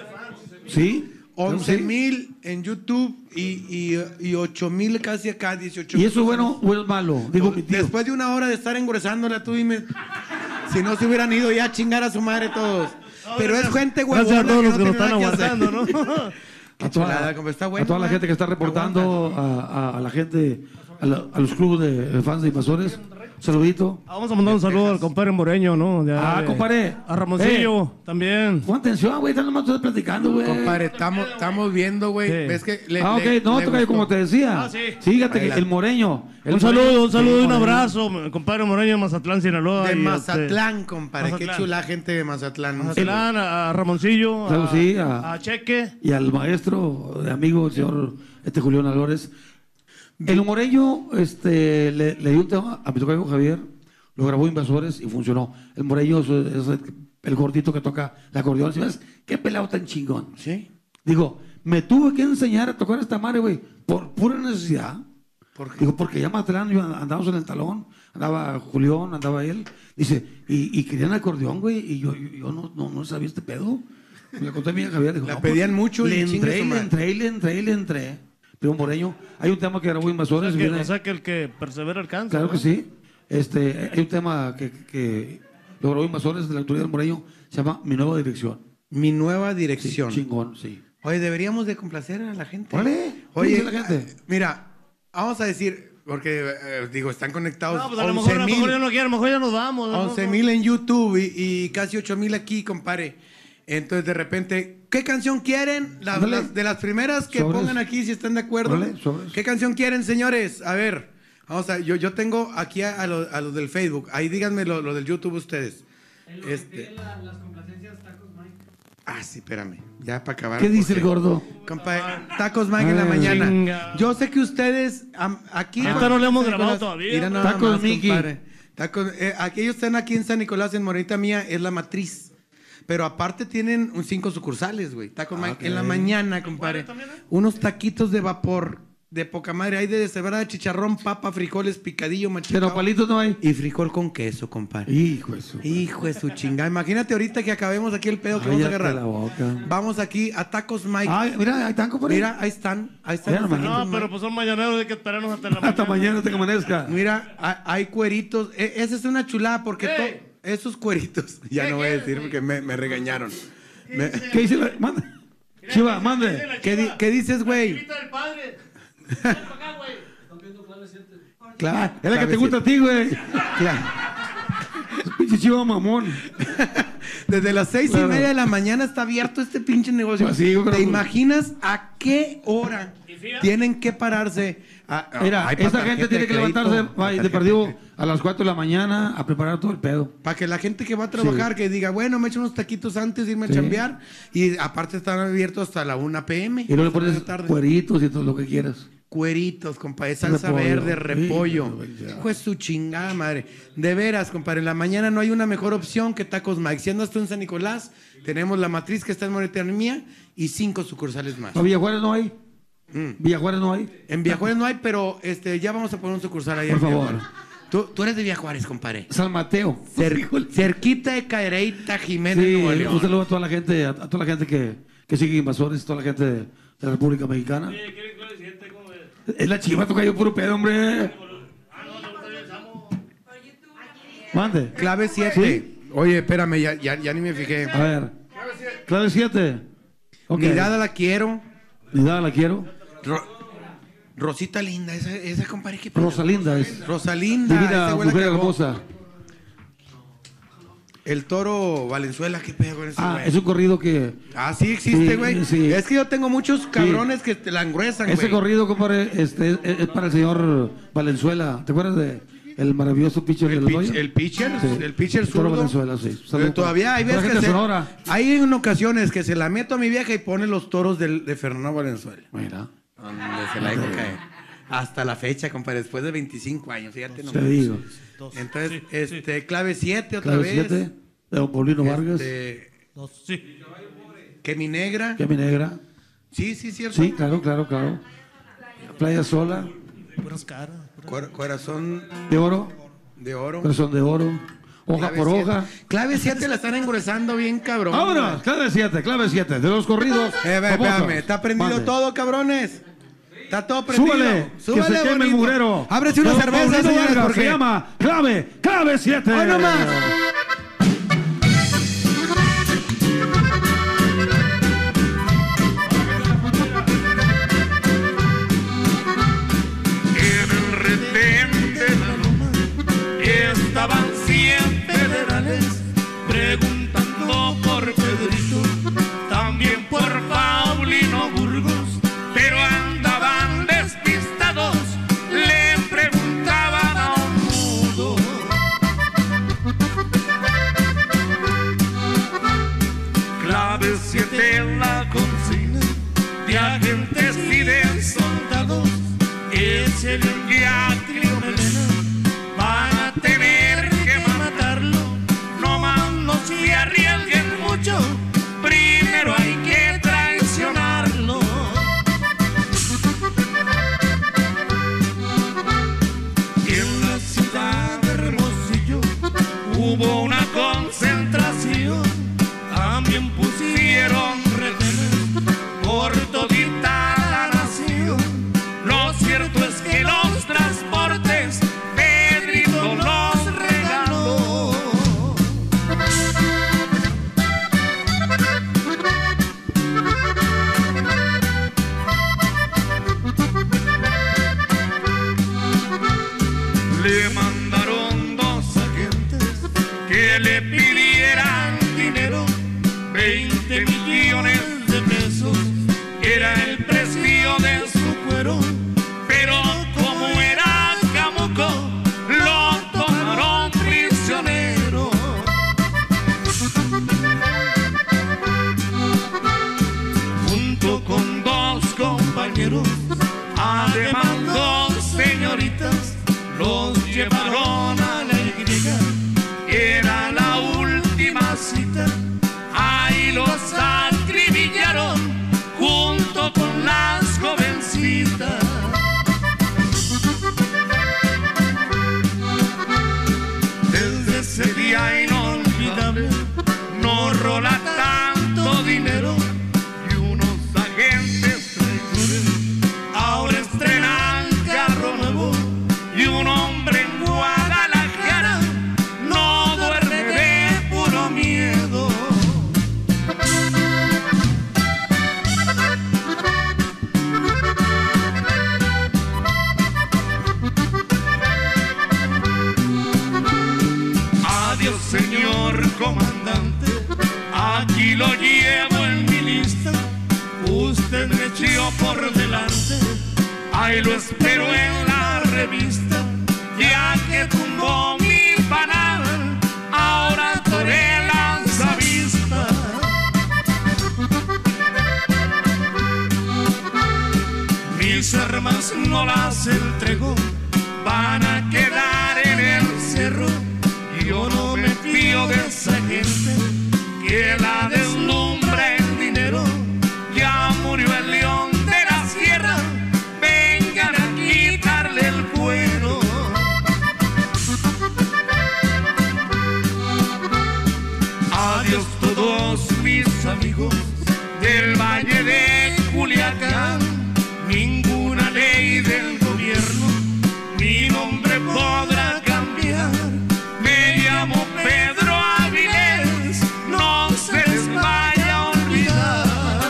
Sí. once sí. mil en YouTube y, y, y ocho mil casi acá, dieciocho ¿Y mil. eso es bueno o es malo? Digo mi tío. Después de una hora de estar engruesándola, tú dime. Si no se hubieran ido ya a chingar a su madre todos. Pero es gente huevona. Gracias a todos los que no nos tiene están nada que hacer. aguantando, ¿no? Qué A toda, chulada, compa, está bueno, a toda la ¿verdad? gente que está reportando, a, a- a la gente, a, la- a los clubes de, de fans de invasores. Saludito. Ah, vamos a mandar un saludo al compadre Moreño, ¿no? Ya, Ah, eh, compadre. A Ramoncillo también. Pon atención, güey. Están nomás platicando, güey. Compadre, estamos, estamos viendo, güey. Sí. ¿Ves que le, Ah, ok. le- No, le toca gustó? como te decía. Ah, sí. Fíjate que Adelante. el moreño. el Un saludo, moreño- un saludo y el un moreño. abrazo, compadre Moreño de Mazatlán, Sinaloa. De y, Mazatlán, compadre. Qué Mazatlán. chula gente de Mazatlán. este, Mazatlán, a, a Ramoncillo, Claro, a, sí, a- a Cheque. Y al maestro, de amigo, el señor este Julián Álvarez. El moreño este, le, le dio un tema a mi tocayo Javier, lo grabó Invasores y funcionó. El moreño es, es el, el gordito que toca el acordeón. ¿Sí ves? Qué pelado tan chingón. ¿Sí? Digo, me tuve que enseñar a tocar esta madre, güey, por pura necesidad. ¿Por qué? Digo, porque ya Matlán, yo andábamos en el talón, andaba Julián, andaba él. Dice, y, y querían acordeón, güey, y yo, yo, yo no, no, no sabía este pedo. Me conté a mi Javier, dijo, La no, pedían pues, mucho y le chingue entré, su le madre. entré, y le entré, y le entré. Pero Moreño, hay un tema que grabó O Invasores. sea, que, viene- o sea que el que persevera alcanza. claro ¿no? que sí. Este, hay un tema que, que lo grabó Invasores de la autoridad del Moreño, se llama Mi Nueva Dirección. Mi nueva Sí, dirección. chingón, sí. Oye, deberíamos de complacer a la gente. Órale, ¿qué Oye, dice la gente? eh, mira, vamos a decir, porque eh, digo, están conectados No, pues a lo mejor, a lo mejor ya once no quiere, a lo mejor ya nos vamos. ¿no? once mil en YouTube y, y casi ocho mil aquí, compadre. Entonces, de repente, ¿qué canción quieren? Las, Ándale. las- de las primeras que Sobres. pongan aquí, si están de acuerdo. Órale, sobres. ¿Qué canción quieren, señores? A ver, vamos a, yo, yo tengo aquí a, a los a los del Facebook. Ahí díganme lo, lo del YouTube ustedes. Este. Ah, sí, espérame. Ya para acabar. ¿Qué dice porque- el gordo? Compadre, Tacos Mike en la Ay, mañana. chinga. Yo sé que ustedes am- aquí. Esta no la hemos San grabado Nicolás- todavía. Mira nada Tacos más, Mickey. compadre. Tacos, eh, aquellos están aquí en San Nicolás, en Morenita Mía, es la matriz. Pero aparte tienen un cinco sucursales, güey. Tacos Mike ok. en la mañana, compadre. Unos taquitos de vapor de poca madre. Hay de deshebrada, chicharrón, papa, frijoles, picadillo, machicado. Pero palitos no hay. Y frijol con queso, compadre. Hijo de su. Hijo de su chingada. Imagínate ahorita que acabemos aquí el pedo que vamos a Cállate agarrar. la boca. Vamos aquí a Tacos Mike. Ay, mira, ahí están, compadre. Mira, ahí están. Ahí están. Mira los nomás. taquitos No, Mike. pero pues son mañaneros, hay que esperarnos hasta la mañana. Hasta mañana te que amanezca. Mira, hay, hay cueritos. E- esa es una chulada porque ¿Qué? to- esos cueritos. Ya ¿Qué no voy a quieres, decir güey? porque me, me regañaron. Me- ¿Qué dice la.? Mande. Chiva, mande. ¿Qué, di- qué dices, güey? Chivita del padre. Ven para acá, güey. Claro. Es la que te gusta a ti, güey. Claro. Pinche chiva mamón. Desde las seis Claro. y media de la mañana está abierto este pinche negocio. Pues sí, pero- ¿Te imaginas a qué hora Y fíjate- tienen que pararse? a- a- Mira, ay, pa' esa tarjeta gente tiene de que crédito, levantarse pa' va, de tarjeta perdido de- a las cuatro de la mañana a preparar todo el pedo. Para que la gente que va a trabajar, que diga, bueno, me echo unos taquitos antes de irme Sí. a chambear. Y aparte están abiertos hasta la una p m. Y luego le hasta pones la tarde. cueritos y todo lo que quieras. Cueritos, compadre, salsa Repollo. verde, repollo. Sí, ya. Hijo de su chingada madre. De veras, compadre, en la mañana no hay una mejor opción que Tacos Mike. Si andas tú en San Nicolás, tenemos la matriz que está en Moretanía y cinco sucursales más. ¿A Villajuárez no hay? Mm. Villajuárez no hay. En Villajuárez no hay, pero este, ya vamos a poner un sucursal ahí. Por en favor. Villajuárez. Tú, tú eres de Villajuárez, compadre. San Mateo. Cer- cerquita de Cadereyta, Jiménez, Sí, Nuevo León. un saludo a toda la gente, a, a toda la gente que, que sigue Invasores, toda la gente de, de la República Mexicana. Oye, ¿quieren que le siente cómo es? Es la chiva, toca yo puro pedo, hombre. Ah, no, no, está bien, Samo. Mande. Clave siete. Oye, espérame, ya, ya, ya ni me fijé. A ver. Clave siete. Ok. Mirada la quiero. Mirada la quiero. Ro- Rosita linda, esa, esa compadre que pedo? Rosalinda es. Rosalinda, Divina ese güey la mujer cagó. hermosa. El toro Valenzuela, qué pedo con ese Ah, güey. es un corrido que. Ah, sí existe, Sí, güey. sí. Es que yo tengo muchos cabrones que te la engruesan, Ese güey. corrido, compadre, este, es, es para el señor Valenzuela. ¿Te acuerdas de el maravilloso pitcher El, del pitch- Loya? el pitcher, Sí. el pitcher Toro zurdo. Valenzuela, sí. Pero Saludos todavía para- hay para veces la que gente se, de Sonora. hay en ocasiones que se la meto a mi vieja y pone los toros del- de Fernando Valenzuela. Mira, Donde se la dejo caer. Hasta la fecha, compadre, después de veinticinco años, fíjate te nomás. digo. Entonces, este, clave siete otra Clave vez. siete, de don Paulino Vargas, Este, Dos, sí. que mi negra. que mi negra. Sí, sí, cierto. Sí, claro, claro, claro. Playa Sola, Puras caras. puras- Cor- corazón de oro, de oro. corazón de oro, hoja Clave por siete. hoja. Clave siete la están engruesando bien, cabrón. Vámonos, clave siete, clave siete, de los corridos. Eh, ve, famosos. espérame, está prendido Mande. todo, cabrones. Está todo prendido. Súbale, que se queme el bonito. mugrero. Ábrese una Don cerveza, Paulino señores, Vargas, porque... se llama clave, clave siete. ¡Hoy nomás! En el retén de la loma estaban cien federales preguntando por Pedrito, también por Paulino Burgos, pero andaban despistados, le preguntaban a un mudo. Clave siete en la consigna de agentes y de soldados. Échele un diacrio, melena, van a tener que matarlo. No más no se arriesguen mucho, primero hay que traicionarlo. En la ciudad de Hermosillo hubo una concentración, también pusieron retenes por todita la nación. Lo cierto es que los transportes Pedrito los regaló. Le mandaron dos agentes que le pidieran dinero, veinte millones de pesos era el precio de su cuero, pero como era camuco, lo tomaron prisionero. Junto con dos compañeros, además dos señoritas, los llevaron a la iglesia, era la última cita, ahí los acribillaron junto con las jovencitas. Desde ese día inolvidable no rola tanto dinero y unos agentes traidores ahora estrenan carro nuevo y un hombre en Guadalajara no duerme de puro miedo. Adiós, señor comandante, aquí lo llevo en mi lista. Usted me echó por delante, ahí lo espero en la revista. Ya que tumbó mi panal, ahora toré lanzavista. Mis armas no las entrego, van a quedar en el cerro. Yo no me fío de esa gente que la deslumbra el dinero. Ya murió el león de la sierra, vengan a quitarle el cuero. Adiós todos mis amigos del Valle de Culiacán. Ninguna ley del gobierno mi nombre podrá cambiar. Me llamo Pedro Avilés, no se les vaya a olvidar.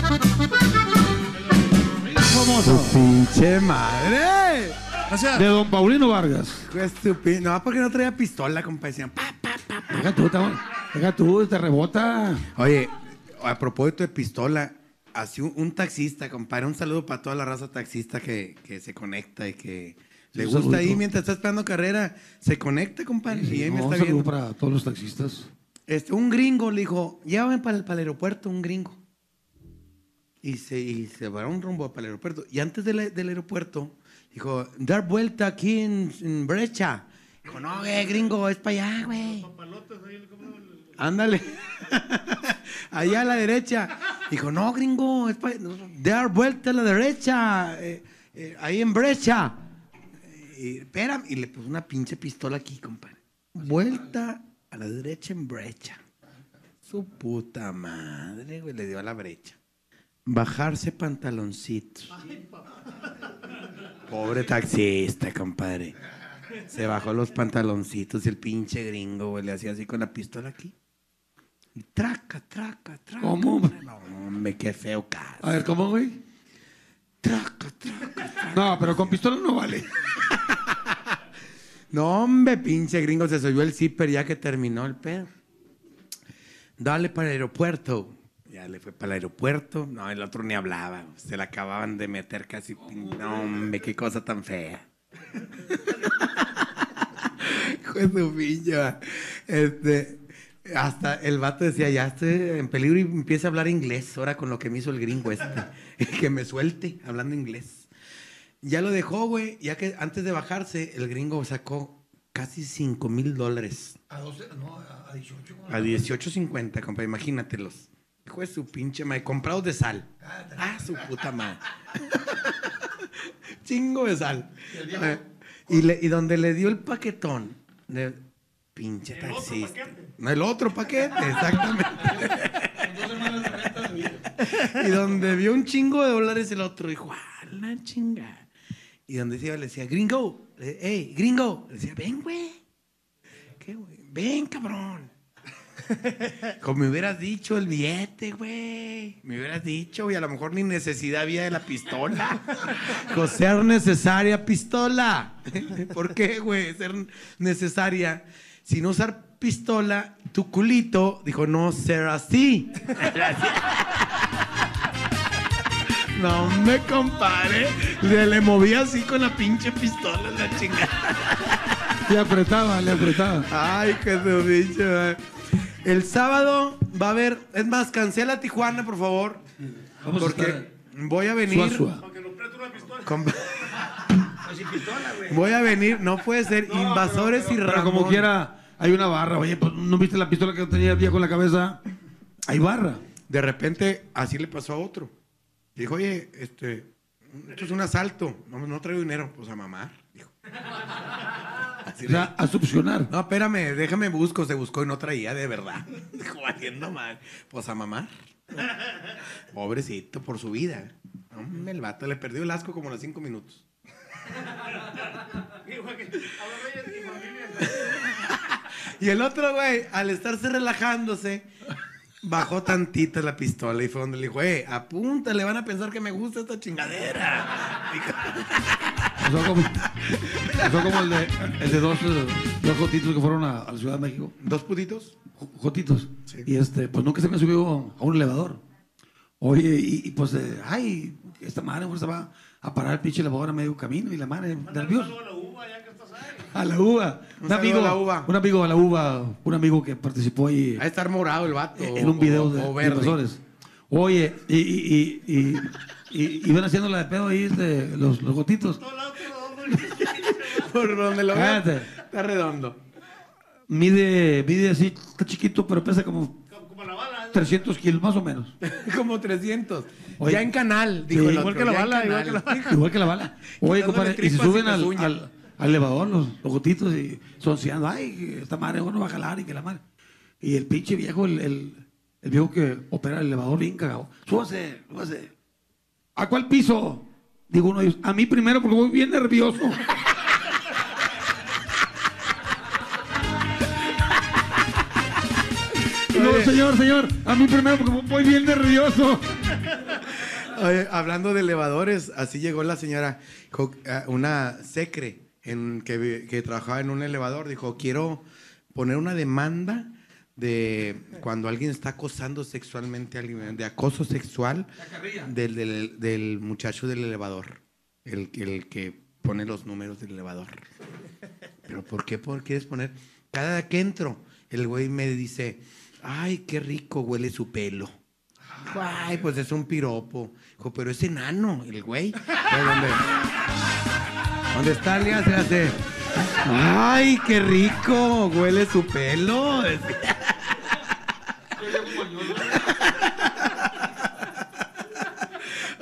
¡Tu pinche madre! Gracias. De don Paulino Vargas. Qué estúpido. No, porque no traía pistola, compa. Decían, pa, pa, pa, pa. Deja tú, ta- deja tú, te rebota. Oye, a propósito de pistola, así un, un taxista, compadre, un saludo para toda la raza taxista que, que se conecta y que le Un gusta saludito. ahí mientras está esperando carrera, se conecta, compadre, y ahí me No, está saludo viendo. para todos los taxistas. Este, un gringo le dijo, llévame para el, para el aeropuerto, un gringo. Y se, y se va un rumbo para el aeropuerto. Y antes del, del aeropuerto, dijo, dar vuelta aquí en, en Brecha. Dijo, no, güey, gringo, es para allá, güey. Ándale. allá a la derecha. Dijo, no, gringo, es para dar vuelta a la derecha, eh, eh, ahí en brecha. Y, espérame, y le puso una pinche pistola aquí, compadre. Vuelta a la derecha en brecha. Su puta madre, güey, le dio a la brecha. Bajarse pantaloncitos. Pobre taxista, compadre. Se bajó los pantaloncitos y el pinche gringo, güey, le hacía así con la pistola aquí. Y traca, traca, traca. ¿Cómo? No, hombre, qué feo caso. A ver, ¿cómo, güey? Traca, traca, traca. No, pero con pistola no vale. No, hombre, pinche gringo, se subió el zipper ya que terminó el pedo. Dale para el aeropuerto. Ya le fue para el aeropuerto. No, el otro ni hablaba. Se la acababan de meter casi. No, hombre, qué cosa tan fea. Hijo de su pinche. Este, hasta el vato decía, ya estoy en peligro y empieza a hablar inglés. Ahora con lo que me hizo el gringo este. Que me suelte hablando inglés. Ya lo dejó, güey. Ya que antes de bajarse, el gringo sacó casi cinco mil dólares. A doce, no, a dieciocho. A dieciocho cincuenta, compa, imagínatelos. Hijo de su pinche madre, comprados de sal. Ah, su puta madre. Chingo de sal. Y, le, y donde le dio el paquetón, le, pinche taxista. No, el otro paquete, exactamente. Y donde vio un chingo de dólares, el otro dijo, ah, la chinga. Y donde se iba le decía, gringo, hey, gringo. Le decía, ven, güey. ¿Qué, güey? Ven, cabrón. Como me hubieras dicho el billete, güey. Me hubieras dicho, y a lo mejor ni necesidad había de la pistola. Con ser necesaria pistola. ¿Por qué, güey? Ser necesaria. Si no usar pistola, tu culito dijo no ser así. No me compare. Le, le movía así con la pinche pistola en la chingada. Le apretaba, le apretaba. Ay, qué su bicho, man. El sábado va a haber, es más, cancela Tijuana, por favor. Vamos porque a estar voy a venir. Suazua. Con, voy a venir, no puede ser, no, invasores pero, pero, y Ramón. Pero como quiera, hay una barra. Oye, pues, ¿no viste la pistola que tenía el viejo en la cabeza? Hay barra. De repente, así le pasó a otro. Dijo, oye, este, esto es un asalto. No, no traigo dinero. Pues a mamar, dijo. Así o sea, a succionar. No, espérame, déjame busco. Se buscó y no traía, de verdad. Dijo, haciendo mal. Pues a mamar. Pobrecito, por su vida. Hombre, el vato le perdió el asco como a los cinco minutos. Y el otro, güey, al estarse relajándose, bajó tantito la pistola y fue donde le dijo, eh, apúntale, van a pensar que me gusta esta chingadera. Pasó como, pasó como el de, el de dos, dos jotitos que fueron a, a la Ciudad de México. ¿Dos putitos? Jotitos. Sí. Y este, pues nunca se me subió a un elevador. Oye, y, y pues, eh, ay, esta madre pues, se va a parar el pinche elevador a medio camino y la madre nerviosa. A la uva. Un, un amigo, a la uva. Un amigo a la uva, un amigo que participó ahí. A estar morado el vato. En un video de, o de invasores. Oye, y, y, y, y, y, y ven haciendo la de pedo ahí de los, los gotitos. Por donde lo veas, está redondo. Mide, mide así, está chiquito, pero pesa como, como la bala, trescientos kilos, más o menos. Como trescientos. Oye, ya en canal, dijo sí, el igual otro. Que la Ya bala, igual que la bala. Igual que la bala. Oye, compadre, y se suben al, al, al, al elevador los, los gotitos y sonceando, ay, esta madre bueno va a jalar y que la madre. Y el pinche viejo, el, el, el viejo que opera el elevador bien cagado. Súbase, súbase. ¿A cuál piso? Digo uno de ellos, a mí primero porque voy bien nervioso. No, señor, señor, a mí primero porque voy bien nervioso. Oye, hablando de elevadores, así llegó la señora, una secre en, que, que trabajaba en un elevador, dijo, quiero poner una demanda de cuando alguien está acosando sexualmente a alguien, de acoso sexual del, del, del muchacho del elevador, el, el que pone los números del elevador. ¿Pero por qué por quieres poner? Cada que entro, el güey me dice, ay, qué rico huele su pelo. Ay, pues es un piropo. Dijo, pero es enano, el güey. ¿Dónde? ¿Dónde está? Le hace, hace. Ay, qué rico huele su pelo.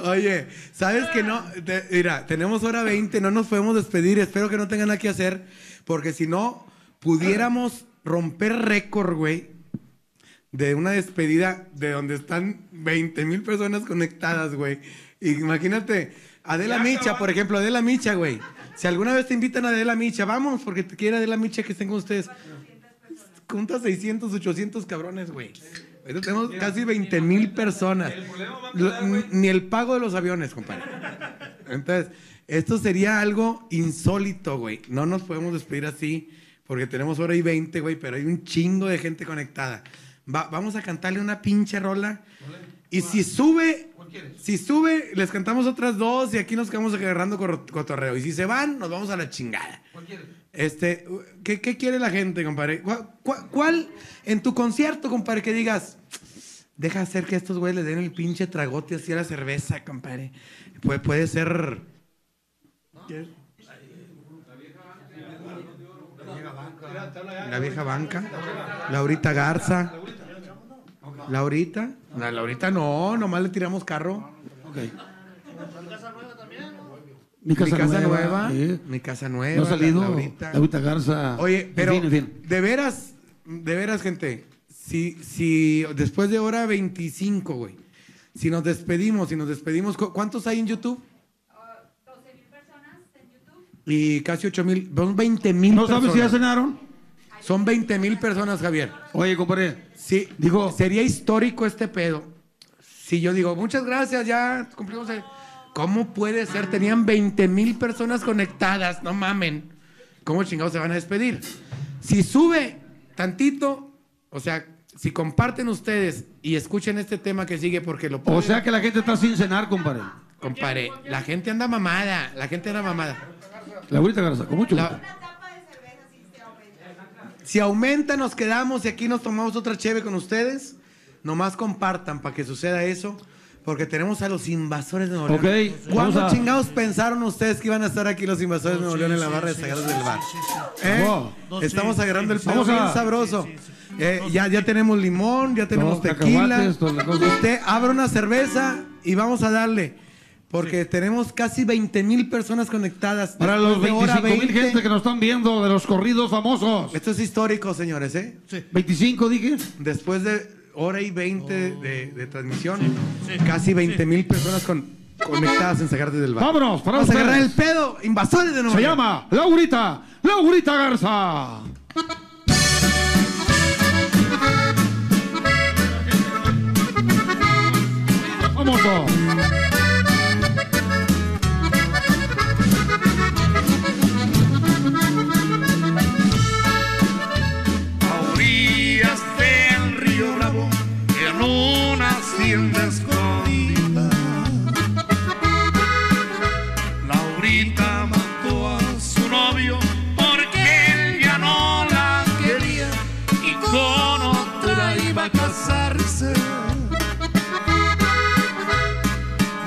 Oye, ¿sabes que no? Te- mira, tenemos hora veinte, no nos podemos despedir. Espero que no tengan nada que hacer, porque si no, pudiéramos romper récord, güey, de una despedida de donde están veinte mil personas conectadas, güey. Imagínate, Adela Micha, por ejemplo, Adela Micha, güey. Si alguna vez te invitan a Adela Micha, vamos, porque te quiere Adela Micha que estén con ustedes. Junta seiscientos, ochocientos cabrones, güey. Ahorita tenemos casi veinte mil personas. Lo- ni- Ni el pago de los aviones, compadre. Entonces, esto sería algo insólito, güey. No nos podemos despedir así, porque tenemos hora y veinte, güey, pero hay un chingo de gente conectada. Va- vamos a cantarle una pinche rola. Y si sube, si sube, les cantamos otras dos y aquí nos quedamos agarrando cor- cotorreo. Y si se van, nos vamos a la chingada. Este, ¿qué, qué quiere la gente, compadre? ¿Cuál, cuál, cuál en tu concierto, compadre, que digas, deja hacer que estos güeyes le den el pinche tragote así a la cerveza, compadre? Puede, puede ser... ¿Qué? La vieja banca. Laurita Garza. Laurita. La Laurita no, nomás le tiramos carro. Mi casa, Mi casa nueva. nueva. sí. Mi casa nueva. No ha salido. la- Laurita. Laurita Garza. Oye, pero En fin, en fin. de veras, de veras, gente, si, si después de hora veinticinco, güey, si nos despedimos, si nos despedimos, ¿cu- ¿cuántos hay en YouTube? doce mil personas en YouTube. Y casi ocho mil, son veinte mil ¿No sabes si ya personas. cenaron? Son veinte mil personas, Javier. Oye, compadre. Sí, Digo- sería histórico este pedo. Si yo digo, muchas gracias, ya cumplimos el... ¿Cómo puede ser? Tenían veinte mil personas conectadas, no mamen. ¿Cómo chingados se van a despedir? Si sube tantito, o sea, si comparten ustedes y escuchen este tema que sigue porque lo O pueden- sea que la gente está sin cenar, compadre. Compadre, la gente anda mamada, la gente anda mamada. Laurita Garza, con mucho La- gusto. Si aumenta, nos quedamos y aquí nos tomamos otra cheve con ustedes. Nomás compartan para que suceda eso. Porque tenemos a los invasores de Nuevo León. Ok, ¿Cuándo vamos a- chingados pensaron ustedes que iban a estar aquí los invasores de Nuevo León en la barra de Sagrados del Bar? ¿Eh? Wow. No, Estamos sí, agarrando el sí, pedo sí. bien Vamos a- sabroso. sí, sí, sí. Eh, ya, ya tenemos limón, ya tenemos Todo, tequila. cacahuates, toda la cosa. Usted abra una cerveza y vamos a darle. Porque tenemos casi veinte mil personas conectadas. Para los Después de hora veinticinco mil veinte. gente que nos están viendo de los corridos famosos. Esto es histórico, señores, ¿eh? veinticinco, dije. Después de hora y veinte de, de transmisión, Sí. casi veinte mil personas con, conectadas en Sagrados del Bar. Vámonos, para Vamos a agarrar el ustedes. pedo. Invasores de Nuevo Se León. llama Laurita, Laurita Garza. Famoso. A orillas del río Bravo, en una hacienda escondida, Laurita mató a su novio porque él ya no la quería y con otra iba a casarse.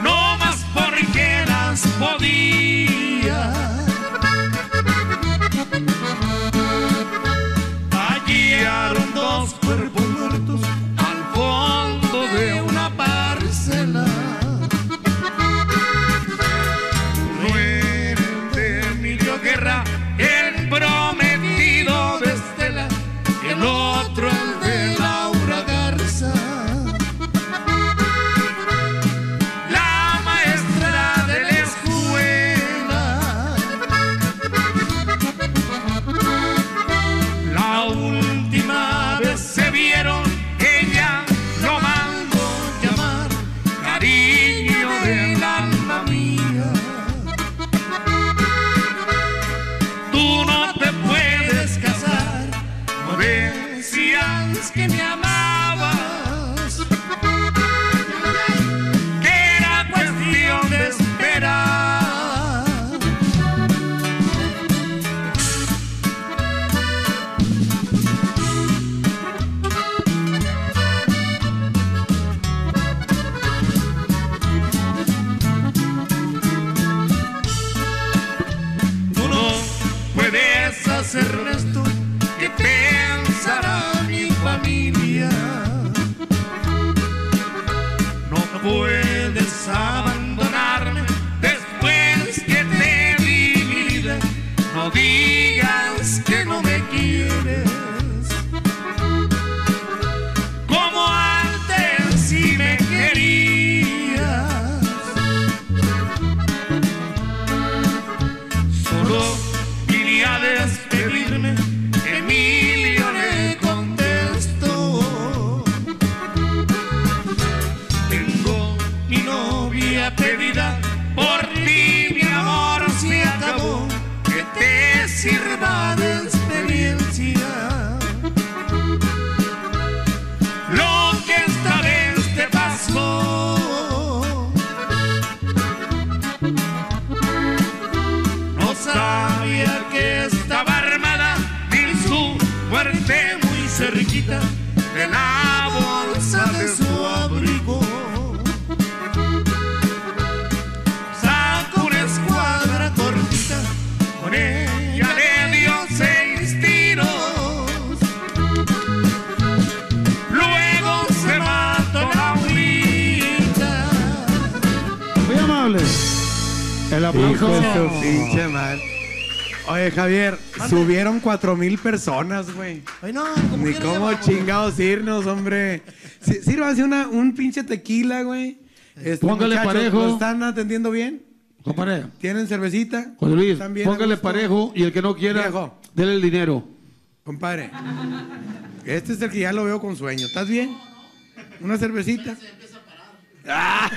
Démosle. El Hijo aplauso. de su pinche madre. Oye, Javier, subieron cuatro mil personas, güey. Ay, no, como Ni quiera, ya cómo vamos. chingados irnos, hombre. Sí, sírvanse una, un pinche tequila, güey. Este, Póngale muchachos, parejo. ¿lo están atendiendo bien? Compadre, ¿Tienen cervecita? José Luis, ¿Están bien a póngale gusto? parejo y el que no quiera, Viejo. dele el dinero. Compadre, este es el que ya lo veo con sueño. ¿Estás bien? ¿Una cervecita? ¡Ah!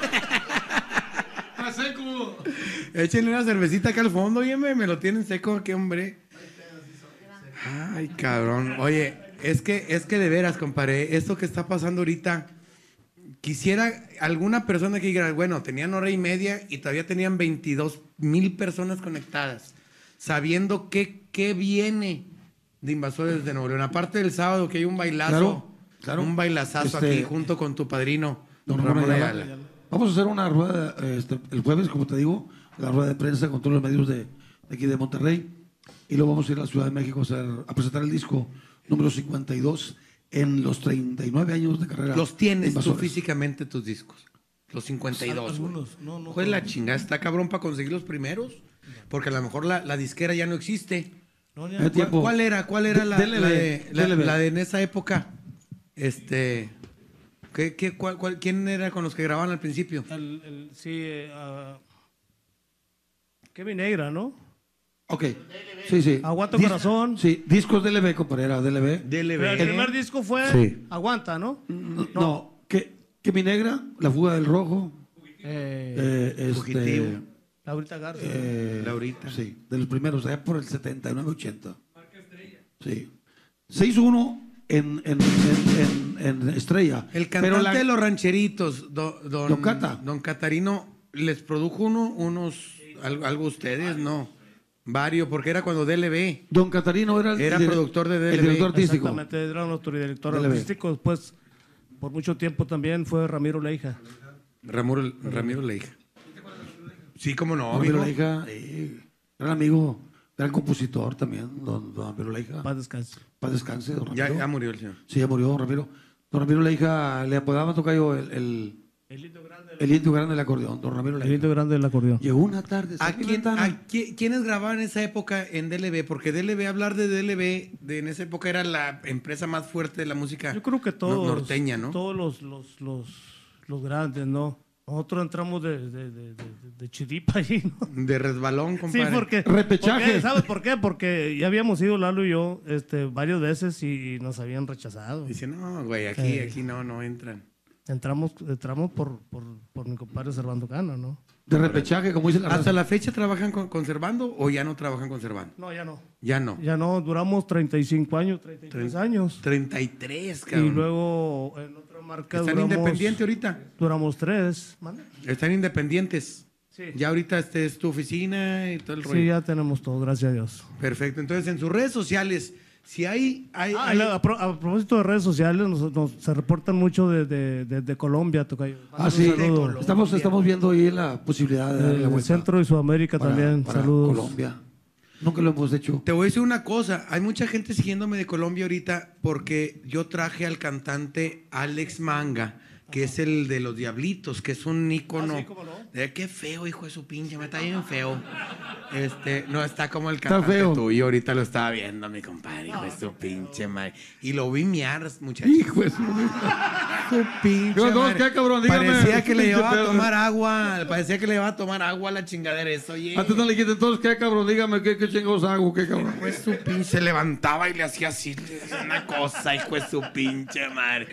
Échenle una cervecita acá al fondo, oye, me, me lo tienen seco aquí, hombre. Ay, cabrón. Oye, es que, es que de veras, compadre, esto que está pasando ahorita, quisiera alguna persona que diga, bueno, tenían hora y media y todavía tenían veintidós mil personas conectadas, sabiendo qué, qué viene de Invasores de Nuevo León. Aparte del sábado que hay un bailazo, Claro, claro. un bailazazo Este, aquí junto con tu padrino, Don don Ramón Ramón Ayala. Ayala. Vamos a hacer una rueda este, el jueves, como te digo, la rueda de prensa con todos los medios de, de aquí de Monterrey. Y luego vamos a ir a la Ciudad de México a, hacer, a presentar el disco número cincuenta y dos en los treinta y nueve años de carrera. Los tienes tú Invasores. físicamente tus discos. Los cincuenta y dos. güey. Algunos, no, no. Pues la chingada está cabrón para conseguir los primeros. Porque a lo mejor la, la disquera ya no existe. No, ya- Eh, ¿Cuál, tiempo. cuál era? ¿Cuál era la, D L B, la de, la, D L B. la de en esa época? Este. ¿qué, qué, cuál, cuál- ¿Quién era con los que grababan al principio? El, el- sí, eh, ah, Kevin Negra, ¿no? Ok. Sí, sí. Aguanta Dis- Corazón. Sí, discos D L B, compadre, era D L B. D L Pero el B. primer disco fue Sí. Aguanta, ¿no? No, no. que, que mi negra, La Fuga del Rojo. Eh, Eh, este, Fugitivo. Laurita Garza. eh, Laurita. Sí, de los primeros, allá por el setenta y nueve ochenta. Sí. Se hizo uno en, en, en, en- en Estrella. El pero cantante la- de los rancheritos, do- don, Don Cata. don Catarino, ¿les produjo uno, unos, algo, algo ustedes? No. Varios, porque era cuando D L B. Don Catarino era el, Era el- productor de D L B. el director artístico. Exactamente, era nuestro director D L B. artístico. Después, por mucho tiempo también fue Ramiro Leija. Ramiro, Ramiro Leija. Sí, cómo no, Don Ramiro mijo. Leija, eh, gran amigo, gran compositor también, don, don Ramiro Leija. Paz descanse. Paz descanse, don Ramiro. Ya, ya murió el señor. Sí, ya murió don Ramiro. Don Ramiro Leija, le apodaban tocayo el, el, El indio grande. el indio grande del acordeón, don Ramiro El Leija. indio grande del acordeón. Llegó una tarde, ¿A saqué quién, ventana. a qui- ¿Quiénes grababan en esa época en D L B? Porque D L B, hablar de D L B, de, en esa época era la empresa más fuerte de la música Yo creo que todos. no- norteña, ¿no? Todos los, los, los, los grandes, ¿no? Nosotros entramos de, de, de, de, de chiripa ahí, ¿no? De resbalón, Sí, compadre. porque. Repechaje. porque, ¿Sabes por qué? Porque ya habíamos ido Lalo y yo este, varias veces y nos habían rechazado. Dice, no, güey, aquí, Sí. aquí no, no entran. Entramos, entramos por, por, por mi compadre Servando Cano, ¿no? De repechaje, como dice la ¿Hasta raza. la fecha trabajan con, conservando o ya no trabajan conservando? No, ya no. Ya no. Ya no, duramos treinta y cinco años, treinta y tres años. treinta y tres, Y cabrón. luego en otra marca Están duramos, independientes ahorita. duramos tres. ¿Mande? Están independientes. Sí. Ya ahorita este es tu oficina y todo el rollo. Sí, ya tenemos todo, gracias a Dios. Perfecto. Entonces, en sus redes sociales, si hay... hay, Ah, hay- la- a, pro- a propósito de redes sociales, nos, nos- se reportan mucho de, de, de- de Colombia, Tocayo. Ah, Un sí. saludo. Estamos, estamos viendo ahí la posibilidad de darle la Eh, vuelta Centro y Sudamérica para- también, para saludos. Colombia. Nunca lo hemos hecho. Te voy a decir una cosa. Hay mucha gente siguiéndome de Colombia ahorita porque yo traje al cantante Alex Manga, que es el de los Diablitos, que es un ícono. Ah, sí, cómo no. Eh, qué feo, hijo de su pinche, me está bien feo. Este, no está como el Está cantante feo. tuyo. Ahorita lo estaba viendo, mi compadre, hijo de su pinche madre. Y lo vi miar, muchachos. Hijo de su- Su pinche Yo, no, madre. ¿qué, cabrón? Dígame. Parecía que le Pinche llevaba a pedo. tomar agua. Parecía que le llevaba a tomar agua a la chingadera. Eso, oye. Antes no le dijiste, entonces, ¿qué, cabrón? Dígame, ¿qué, qué chingados hago? ¿Qué, cabrón? Pues su pinche se levantaba y le hacía así, le hacía una cosa, hijo de su pinche madre.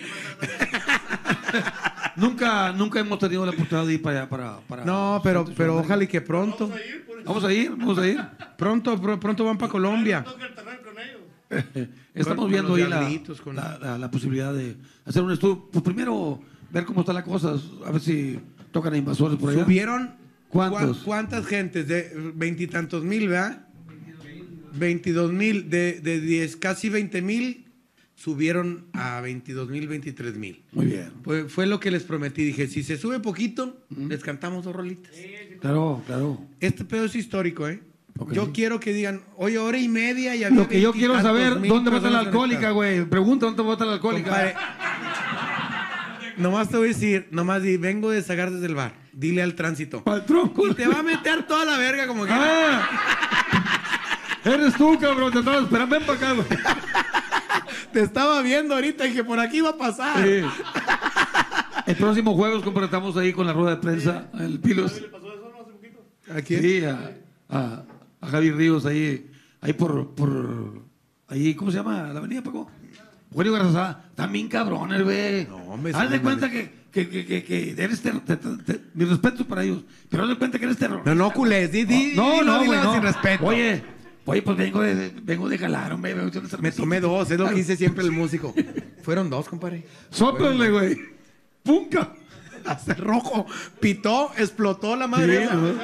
Nunca, nunca hemos tenido la oportunidad de ir para allá, para... para No, pero, Centro y pero Sudamérica. ojalá y que pronto. Vamos a ir, vamos a ir. Pronto, pr- pronto van para Colombia. Estamos Con- viendo con ahí los la, diablitos, con- la, la- la posibilidad de hacer un estudio. Pues primero, ver cómo está la cosa, a ver si tocan a invasores por allá. ¿Subieron? ¿Cuántos? ¿Cuá- ¿Cuántas gentes? De veintitantos mil, ¿verdad? Veintidós mil. De, de diez, casi veinte mil, subieron a veintidós mil, veintitrés mil. Muy bien. Fue, fue lo que les prometí. Dije, si se sube poquito, les cantamos dos rolitas. Claro, claro. Este pedo es histórico, ¿eh? Ok. Yo quiero que digan, oye, hora y media y había Lo que yo quiero veintitantos saber, mil ¿dónde va a estar la personas alcohólica, conectadas. güey? Pregunta, ¿dónde va a estar la alcohólica? Compadre, nomás te voy a decir, nomás di, vengo de sacar desde el bar. dile al tránsito. Pa'l tronco. Y te va a meter toda la verga como que... Ah, eres tú, cabrón, te estaba esperando. Ven para acá, güey. Te estaba viendo ahorita y que por aquí va a pasar. Sí. El próximo jueves completamos ahí con la rueda de prensa, el Pilos. ¿A quién? Sí, a, a, a Javi Ríos, ahí, ahí por, por, ahí, ¿cómo se llama la avenida, Paco? Eugenio Garzazada, también cabrones, güey. No, hombre, haz de sí, cuenta vale. que, que, que, que, que eres terror, te, te, te, mi respeto para ellos, pero haz de cuenta que eres terror. No, no, culés, di, di, No, dilo, no, dilo güey, no. sin respeto. Oye, oye, pues vengo de, vengo de jalar, hombre. Vengo de una Me cervecita. tomé dos, es lo que dice siempre el músico. Fueron dos, compadre. Sóplale, güey. Punca. Hasta rojo. Pitó, explotó la madre. Sí, esa. güey.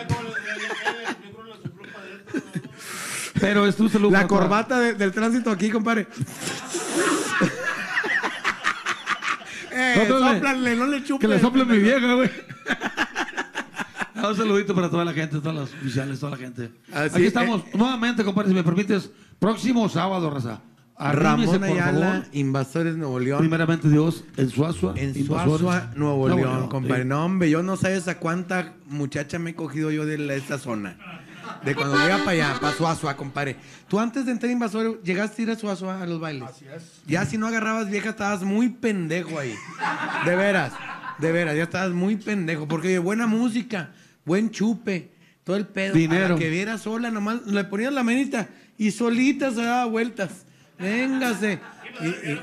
Pero es tu salud. La para toda- corbata de- del tránsito aquí, compadre. eh, Sóplale. sóplale, no le Que chupes. le sople mi vieja, güey. Un saludito para toda la gente, todas las oficiales, toda la gente. Así Aquí es, estamos nuevamente, compadre, si me permites, próximo sábado, raza. Arrímese, Ramón por Ayala, favor. Invasores Nuevo León. Primeramente Dios, en Suazua. En Invasores, Suazua, Nuevo Nuevo León, León, compadre. sí. No, hombre, yo no sabes a cuánta muchacha me he cogido yo de la- esta zona. De cuando llega para allá, para Suazua, compadre. Tú antes de entrar a Invasores, ¿llegaste a ir a Suazua a los bailes? Así es. Ya si no agarrabas vieja, estabas muy pendejo ahí. De veras, de veras, ya estabas muy pendejo. Porque oye, buena música, buen chupe, todo el pedo. Dinero. A la que viera sola, nomás le ponías la manita y solita se daba vueltas. Véngase. Y- y-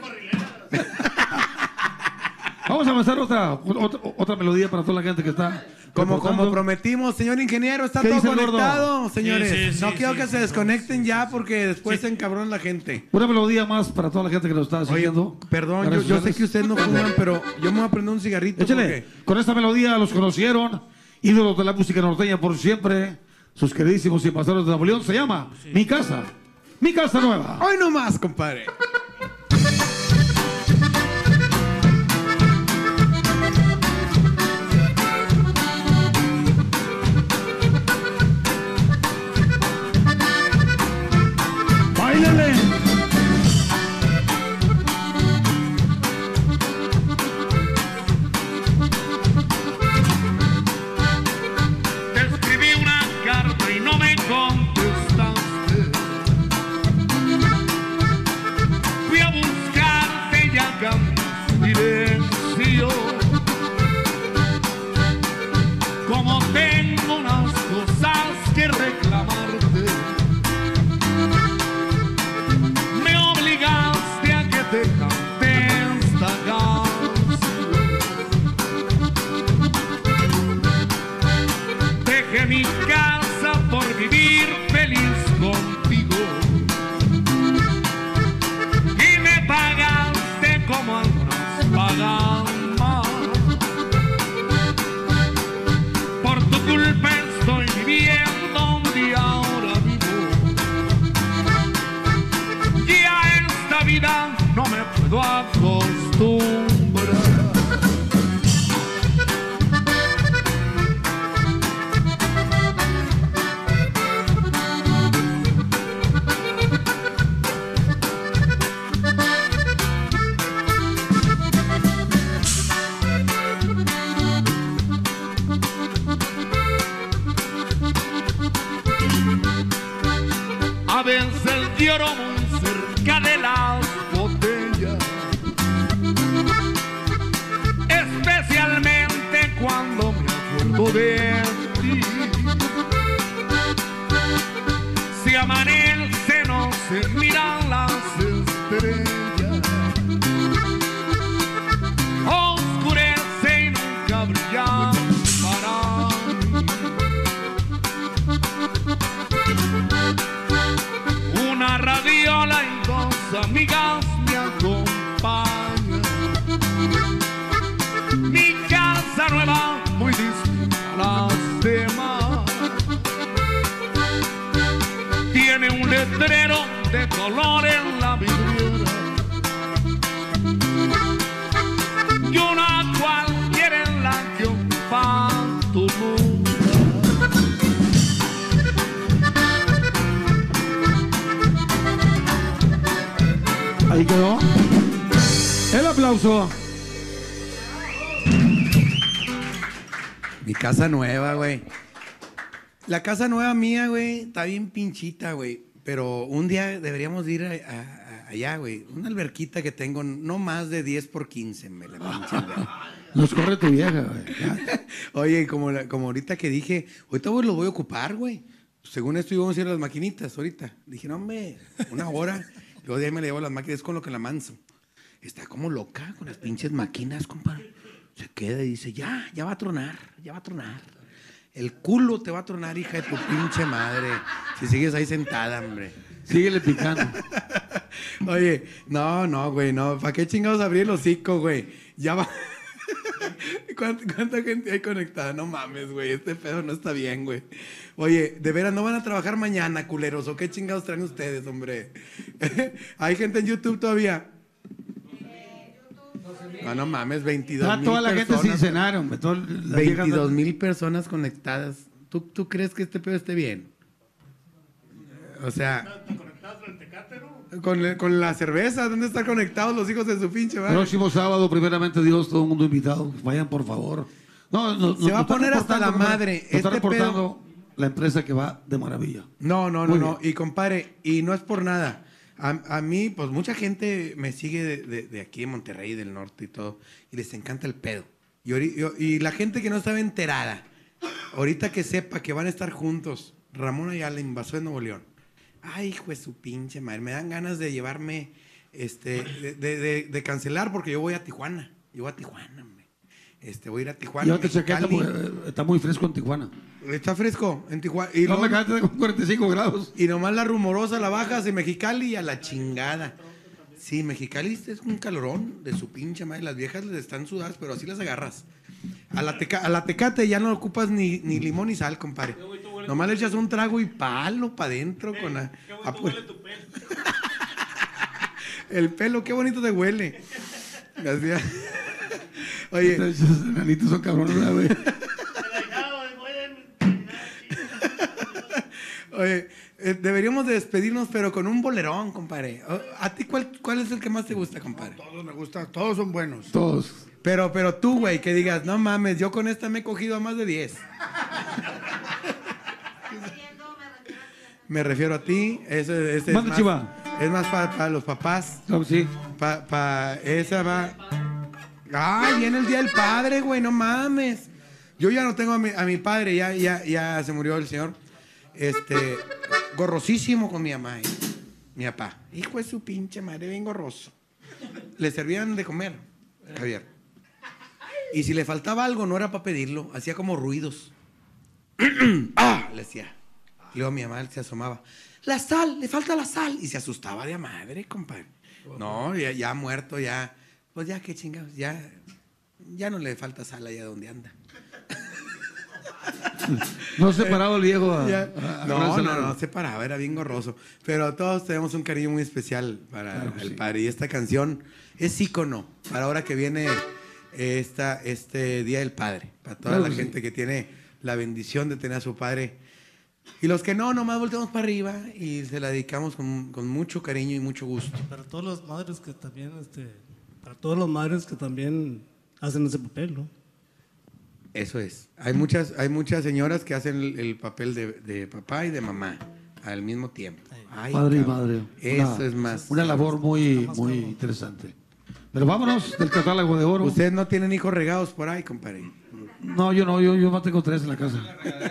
Vamos a avanzar otra, otra, otra melodía para toda la gente que está. Como, reportando. como prometimos, señor ingeniero, está ¿Qué todo dice el gordo? conectado, señores. Sí, sí, no sí, quiero sí, que sí, se no, desconecten sí, ya sí, porque después se encabrona la gente. Una melodía más para toda la gente que nos está Oye, siguiendo. perdón, yo, Redes yo sé sociales. que ustedes no fuman, pero yo me voy a prender un cigarrito. Échale, porque- con esta melodía los conocieron, ídolos de la música norteña por siempre, sus queridísimos invasores de Nuevo León, se llama Mi Casa, Mi Casa Nueva. Hoy no más, compadre. ¡Báilale! Te escribí una carta y no me contestaste. Fui a buscarte y a cambiar silencio. Como tengo unas cosas que reclamarte, me obligaste a que te cante esta canción. Dejé mi casa por vivir feliz contigo y me pagaste como algunos pagan más. Por tu culpa estoy viviendo donde ahora vivo y a esta vida no me puedo acostumbrar. A veces lloro muy cerca de las botellas, especialmente cuando me acuerdo de ti. Si amanece no se miran las estrellas, oscurece y nunca brilla para mí. Una radiola y dos amigas me acompañan. Mi casa nueva, muy distinta a las demás, tiene un letrero de color en la vidriera y una cualquiera en la que ocupa tu mundo. Ahí quedó. El aplauso. Mi casa nueva, güey. La casa nueva mía, güey, está bien pinchita, güey. Pero un día deberíamos ir a, a, a allá, güey. Una alberquita que tengo, no más de diez por quince, me la pinche, güey. Nos corre tu vieja, güey. Oye, como, la- como ahorita que dije, ahorita pues, los voy a ocupar, güey. Según esto íbamos a ir a las maquinitas ahorita. Dije, no, hombre, una hora. Luego de ahí me le llevo a las máquinas, es con lo que la manso. Está como loca con las pinches máquinas, compadre. Se queda y dice, ya, ya va a tronar, ya va a tronar. El culo te va a tronar, hija de tu pinche madre. Si sigues ahí sentada, hombre. Síguele picando. Oye, no, no, güey, no. ¿Para qué chingados abrir el hocico, güey? Ya va. ¿Cuánta, cuánta gente hay conectada? No mames, güey. Este pedo no está bien, güey. Oye, de veras, ¿no van a trabajar mañana, culeros? ¿O qué chingados traen ustedes, hombre? ¿Hay gente en YouTube todavía? No, no mames, veintidós Está mil toda la gente sin personas. cenar, hombre. Todo- las viejas- veintidós mil personas conectadas. ¿Tú, ¿Tú crees que este pedo esté bien? O sea, con, le- con la cerveza, ¿dónde están conectados los hijos de su pinche madre? Próximo sábado, primeramente Dios, todo el mundo invitado. Vayan, por favor. No, no, Se va a está poner hasta reportando, la compadre, madre. nos está Este reportando la empresa que va de maravilla. No, no, no, Muy no. bien. Y compadre, y no es por nada. A, a mí, pues mucha gente me sigue de, de- de aquí, de Monterrey, del norte y todo, y les encanta el pedo. Y, ori- yo- y la gente que no estaba enterada, ahorita que sepa que van a estar juntos, Ramón Ayala, Invasor de Nuevo León. Ay, hijo de su pinche madre, me dan ganas de llevarme, este, de, de- de- de cancelar porque yo voy a Tijuana. Yo voy a Tijuana, hombre. Este, voy a ir a Tijuana. Llévate chaqueta Mexicali. porque eh, está muy fresco en Tijuana. Está fresco en Tijuana. Y No luego- me cagaste con cuarenta y cinco grados. y nomás la rumorosa la bajas en Mexicali y a la chingada. Sí, Mexicali es un calorón de su pinche madre. Las viejas les están sudadas, pero así las agarras. A la, teca- a la tecate ya no ocupas ni, ni limón ni sal, compadre. Nomás le echas un trago y palo para adentro. Con la, a pu- El pelo, qué bonito te huele. Así- Oye, Esos enanitos son cabrones, ¿verdad, güey? Oye, eh, deberíamos de despedirnos, pero con un bolerón, compadre. O- ¿A ti cuál, cuál es el que más te gusta, compadre? Todos me gustan, todos son buenos. Todos. Pero, pero tú, güey, que digas, no mames, yo con esta me he cogido a más de diez. Me refiero a ti. Ese, ese es Manda, más, Chiva. es más para, para los papás. Claro que sí. Pa, pa- esa va. Ay, viene el día del padre, güey, no mames. Yo ya no tengo a mi, a mi padre, ya, ya, ya se murió el señor. Este, gorrosísimo con mi mamá, eh. Mi papá. Hijo de su pinche madre, bien gorroso. Le servían de comer, Javier. Y si le faltaba algo, no era para pedirlo, hacía como ruidos. ¡Ah! Le decía. Y luego mi mamá se asomaba. La sal, le falta la sal. Y se asustaba de a madre, compadre. No, ya, ya muerto, ya. Pues ya, qué chingados, ya. Ya no le falta sal allá donde anda. No separado el viejo a, Ya. a- a No, agarrarse no, la- no, se paraba, era bien gorroso. Pero todos tenemos un cariño muy especial para Claro que el sí. padre. Y esta canción es ícono para ahora que viene esta, este Día del Padre. Para toda Claro la que sí. gente que tiene la bendición de tener a su padre. Y los que no, nomás volteamos para arriba y se la dedicamos con, con mucho cariño y mucho gusto. Para todas las madres que también, este, para todas las madres que también hacen ese papel, ¿no? Eso es. Hay muchas, hay muchas señoras que hacen el, el papel de, de papá y de mamá al mismo tiempo. Ay, Padre y cabrón. madre. Eso Una- es más. Una labor muy, muy interesante. Pero vámonos del catálogo de oro. Ustedes no tienen hijos regados por ahí, compadre. No, yo no, yo, yo más tengo tres en la casa.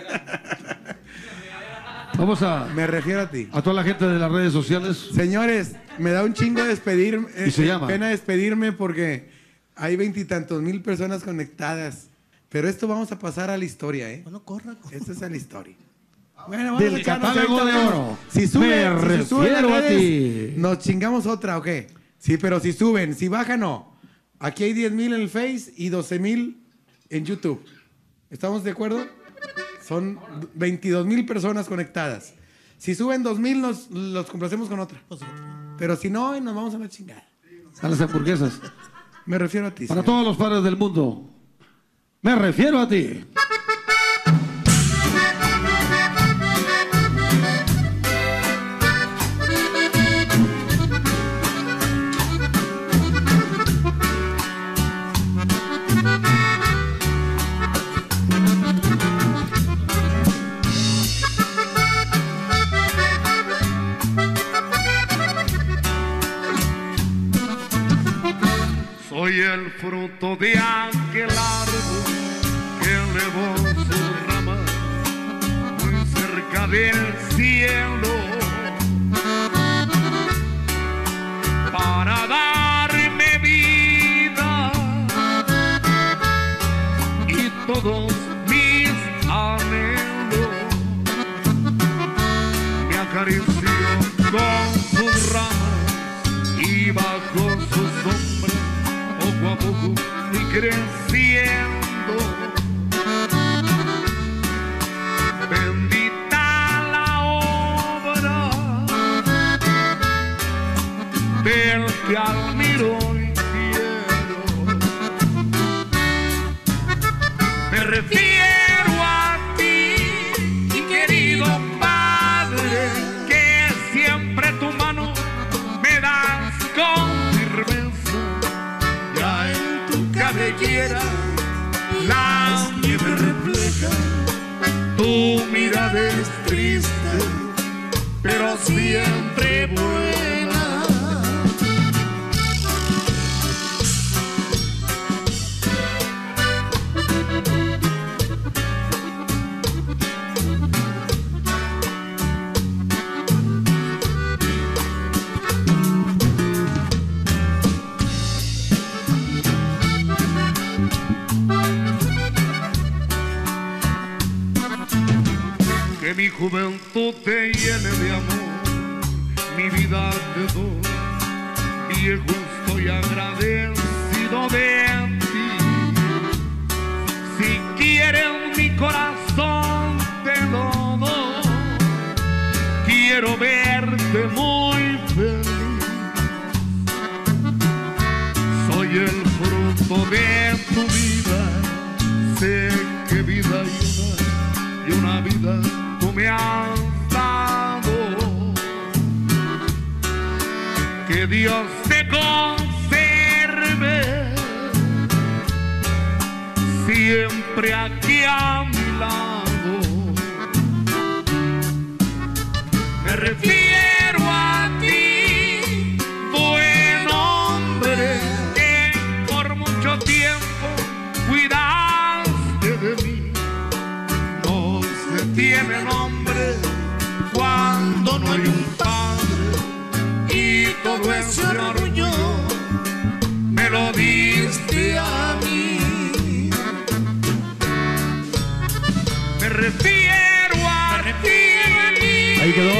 Vamos a, Me refiero a ti. a toda la gente de las redes sociales. Señores, me da un chingo despedirme. Y se eh, llama. Pena despedirme porque hay veintitantos mil personas conectadas. Pero esto vamos a pasar a la historia, ¿eh? Bueno, corra. Esto es a la historia. Bueno, vamos Del a echarnos catálogo ahorita, de vemos. oro. Si sube, Me si se suben las refiero a redes, ti. nos chingamos otra, ¿o qué? Sí, pero si suben, si bajan, no. Aquí hay diez mil en el Face y doce mil en YouTube. ¿Estamos de acuerdo? Son veintidós mil personas conectadas. Si suben dos mil, nos los complacemos con otra. Pero si no, nos vamos a la chingada. A las hamburguesas. Me refiero a ti. Para señor. todos los padres del mundo. Me refiero a ti. fruto de aquel árbol que elevó sus ramas muy cerca del cielo para darme vida y todos mis anhelos. Me acarició con sus ramas y bajo su sombra poco a poco fui creciendo. Bendita la obra del que admiro y quiero. Me refiero a ti, mi querido Padre, que siempre tu mano me das con firmeza. Ya en tu cabellera la nieve refleja. Tu mirada es triste, pero siempre buena. Que mi juventud te llene de amor, mi vida te doy, viejo estoy agradecido de ti. Si quieres mi corazón te lo doy, quiero verte muy feliz. Soy el fruto de tu vida, sé que vida hay una y una vida tú me has dado. Que Dios te conserve siempre aquí a mi lado. Me refiero a ti, buen hombre, que por mucho tiempo cuidaste de mí. No se tiene nombre cuando no hay un padre, y todo ese orgullo me lo diste a mí. Me refiero a ti. Ahí quedó.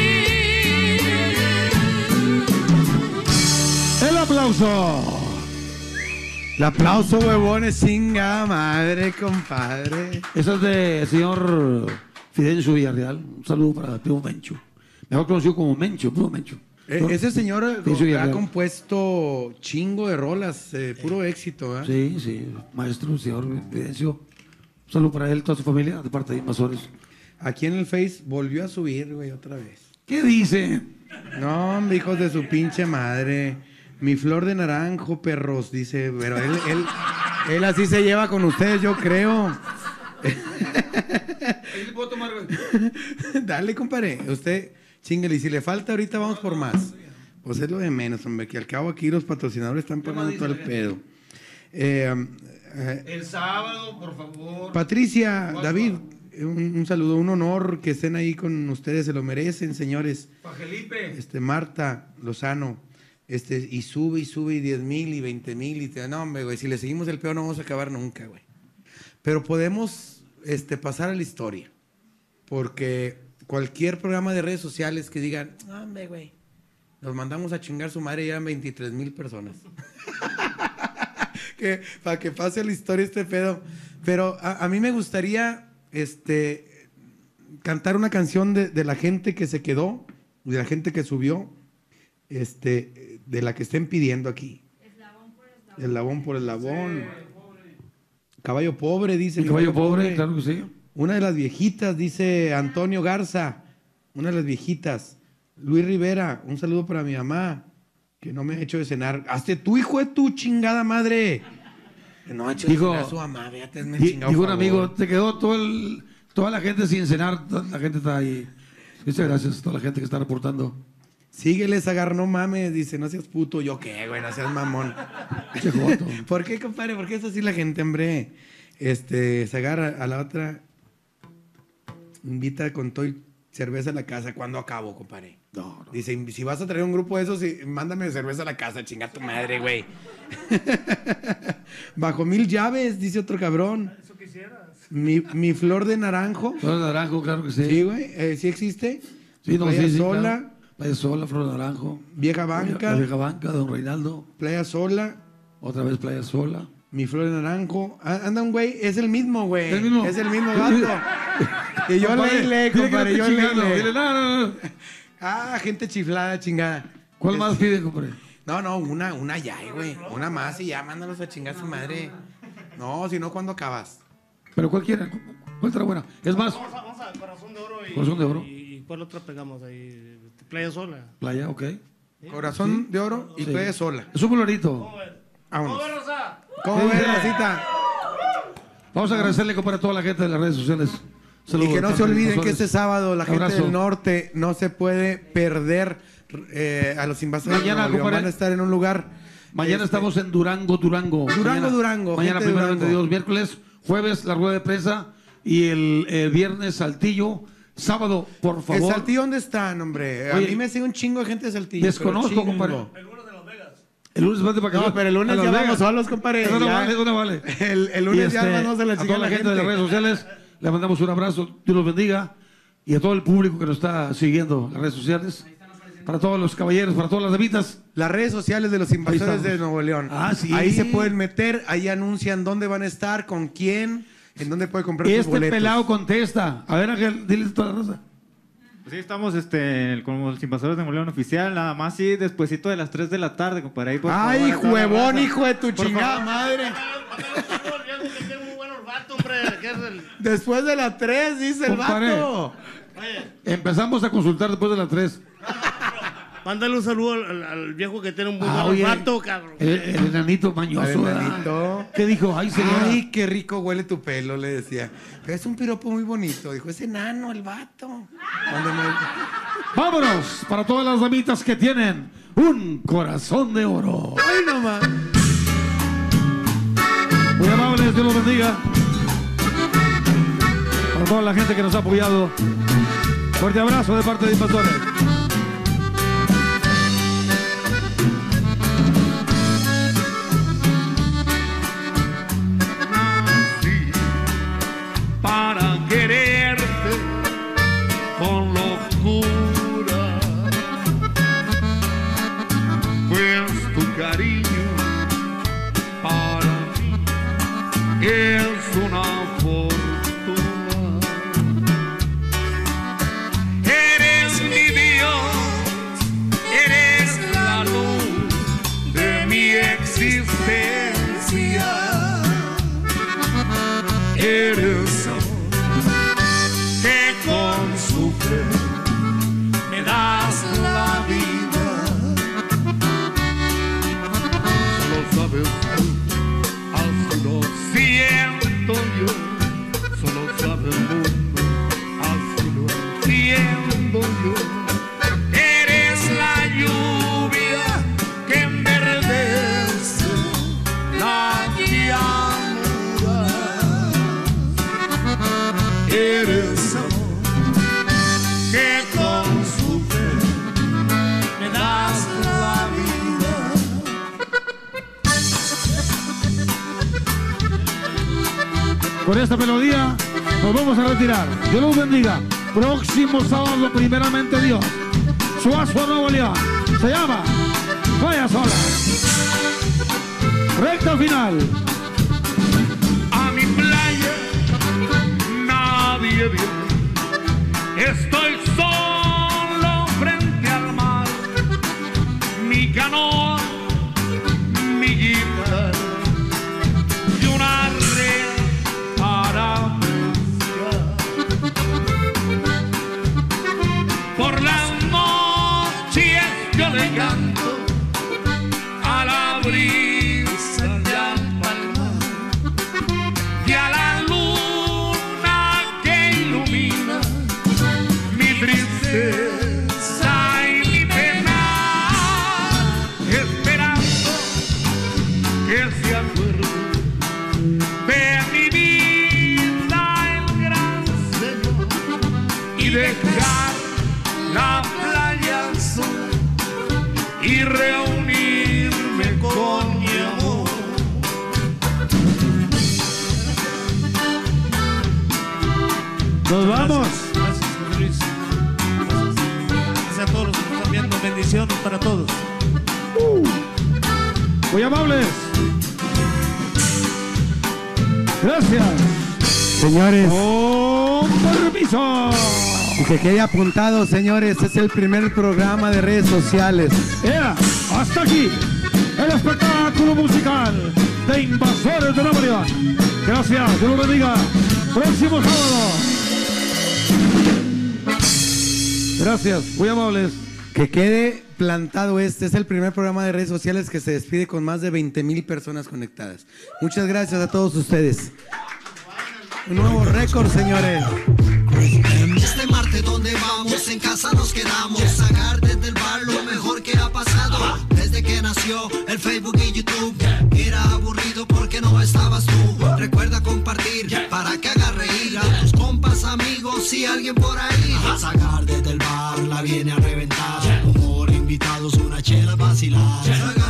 El aplauso. El aplauso, huevones, chinga madre, compadre. Eso es de señor Fidencio Villarreal. Un saludo para el primo Mencho. Mejor conocido como Mencho, primo Mencho. Eh, ese señor eh, Fidencio ha Villarreal. compuesto chingo de rolas, eh, puro éxito, ¿eh? Sí, sí, maestro, señor Fidencio. Un saludo para él y toda su familia, de parte de Invasores. Aquí en el Face volvió a subir, güey, otra vez. ¿Qué dice? No, hombre, hijos de su pinche madre. Mi flor de naranjo, perros, dice. Pero él, él, él así se lleva con ustedes, yo creo. Ahí le puedo tomar, güey. Dale, compadre. Usted, chingale. Y si le falta, ahorita vamos por más. Pues es lo de menos, hombre. Que al cabo aquí los patrocinadores están pagando todo el pedo. Eh, eh, El sábado, por favor. Patricia, David, un, un saludo, un honor que estén ahí con ustedes. Se lo merecen, señores. Pa' Felipe. Este, Marta Lozano. Este, y sube y sube y diez mil y veinte mil y te no, hombre, güey, si le seguimos el peor no vamos a acabar nunca, güey. Pero podemos este, pasar a la historia, porque cualquier programa de redes sociales que digan, no, hombre, güey, nos mandamos a chingar su madre y eran veintitrés mil personas. que, para que pase a la historia este pedo. Pero a, a mí me gustaría este, cantar una canción de, de la gente que se quedó, de la gente que subió. Este, de la que estén pidiendo aquí. Eslabón por eslabón. Eslabón por eslabón. Caballo pobre, dice. El caballo pobre, claro que sí. Una de las viejitas, dice Antonio Garza. Una de las viejitas. Luis Rivera, un saludo para mi mamá, que no me ha hecho de cenar. Hazte tu hijo de tu chingada madre. Que no ha hecho de Dijo- cenar a su mamá, véate, hazme el Di- chingado Dijo un favor. amigo, te quedó todo el, toda la gente sin cenar, toda la gente está ahí. Muchas gracias a toda la gente que está reportando. Síguele, Zagar, no mames. Dice, no seas puto. Yo qué, güey, no seas mamón. ¿Por qué, compadre? ¿Por qué es así la gente, hombre? Este, Zagar, a, a la otra, invita con todo y cerveza a la casa. ¿Cuándo acabo, compadre? No, no. Dice, si vas a traer un grupo de esos, sí, mándame cerveza a la casa, chinga tu madre, güey. Bajo mil llaves, dice otro cabrón. Eso quisieras. Mi, mi flor de naranjo. Flor de naranjo, claro que sí. Sí, güey. Eh, ¿Sí existe? Sí, no, Playa sí, sí, Sola. claro. Playa Sola, Flor de Naranjo. Vieja Banca. La Vieja Banca, Don Reinaldo. Playa Sola. Otra vez Playa Sola. Mi flor de naranjo. Ah, anda un güey. Es el mismo, güey. ¿El mismo? Es el mismo gato. Y yo Compadre, leí, dile que compadre. no Yo esté chingando. leí. Dile, no, no, no. Ah, gente chiflada, chingada. ¿Cuál Es- más pide, compadre? No, no, una, una ya, güey. Una más y ya, mándalos a chingar a su madre. No, si no, ¿cuándo acabas? Pero cualquiera. ¿Cuál estará buena? Es más, Vamos a, vamos a Corazón de Oro y, Corazón de Oro. y, y ¿cuál otra pegamos ahí? Playa Sola. Playa, ok. Corazón de oro y Sí. playa sola. Es un bolorito. ¿Cómo ves? Vámonos. ¿Cómo ves, Rosa? ¿Cómo ves, Racita? Vamos a agradecerle, compadre, a toda la gente de las redes sociales. Y Saludos, que no se compadre, olviden que invasores. este sábado la gente Abrazo. del norte no se puede perder eh, a los invasores. Mañana, de Nuevo León. compadre. Van a estar en un lugar. Mañana este, estamos en Durango, Durango. Durango, Mañana, Durango, Mañana, gente de primeramente Durango. Dios. Miércoles, jueves, la rueda de prensa. Y el, el viernes, Saltillo. Sábado, por ¿El favor. Saltillo dónde están, hombre? Oye, a mí me sigue un chingo de gente de Saltillo. Desconozco, pero chingo. compadre. El uno de Las Vegas. El lunes vete para acá. No, pero el lunes A Las ya Vegas. vamos solos, compadre. Eso no Ya. vale, eso no vale. El, el lunes Y, ya este, vamos a la a chingada toda la gente de las redes sociales le mandamos un abrazo, Dios los bendiga, y a todo el público que nos está siguiendo en las redes sociales, para todos los caballeros, para todas las damitas. Las redes sociales de los invasores estamos. de Nuevo León. Ah, sí. Ahí se pueden meter, ahí anuncian dónde van a estar, con quién, en dónde puede comprar sus Este boletos. pelado contesta. A ver, Ángel, dile toda la raza. Pues sí, estamos este, como los invasores de Nuevo León oficial, nada más sí, despuesito de las tres de la tarde, compadre. Ahí, por Ay, favor, a toda la huevón, raza. hijo de tu Por chingada favor. madre. Que tiene muy buen olfato, hombre. Que es el... Después de las tres, dice el Compadre. vato. Empezamos a consultar después de las tres. Mándale un saludo al, al- al viejo que tiene un muy Ah, buen oye. olfato, cabrón. El, el enanito mañoso. Al ¿verdad? enanito. ¿Qué dijo? Ay, señora. Ay, qué rico huele tu pelo, le decía. Pero es un piropo muy bonito. Dijo, es enano el vato. Mándame el- Vámonos para todas las damitas que tienen un corazón de oro. Ay, no más. Muy amables, Dios los bendiga. Para toda la gente que nos ha apoyado. Fuerte abrazo de parte de Invasores. Nací para quererte con locura, pues tu cariño para mí es una fortuna. Eres mi Dios, eres la luz de mi existencia. Eres que con su fe me das la vida. Solo sabes tú, así lo siento yo. Solo sabe el mundo, así lo siento yo. Eres la lluvia que enverdece la llanura. Eres amor que con su fe me das la vida. Con esta melodía nos vamos a retirar. Dios los bendiga. Próximo sábado, primeramente Dios. Suazo, Nuevo León. Se llama Playa Sola. Recta final. A mi playa nadie viene. Estoy solo frente al mar. Mi canoa, mi guitarra y una red para pescar. Por las noches yo le canto a la brisa de Alpalmar y a la luna que ilumina mi tristeza y mi pena. y dejar la playa azul y reunirme con mi amor. Nos vamos. Gracias, José Luis. Gracias a todos los que nos están viendo. Bendiciones para todos. Uh, muy amables. Gracias. Señores, Con permiso. y que quede apuntado, señores, es el primer programa de redes sociales. Ea, hasta aquí el espectáculo musical de Invasores de la Variedad. Gracias, Dios los bendiga. Próximo sábado. Gracias, muy amables. Que quede plantado este, es el primer programa de redes sociales que se despide con más de veinte mil personas conectadas. Muchas gracias a todos ustedes. Un nuevo récord, señores. Este martes donde vamos, en casa nos quedamos. Sacar desde el bar lo mejor que ha pasado. Desde que nació el Facebook y YouTube. Era aburrido porque no estabas tú. Recuerda compartir para que haga reír a tus compas, amigos y alguien por ahí. Sacar desde el bar la viene a reventar. Humor, invitados, una chela vacilar.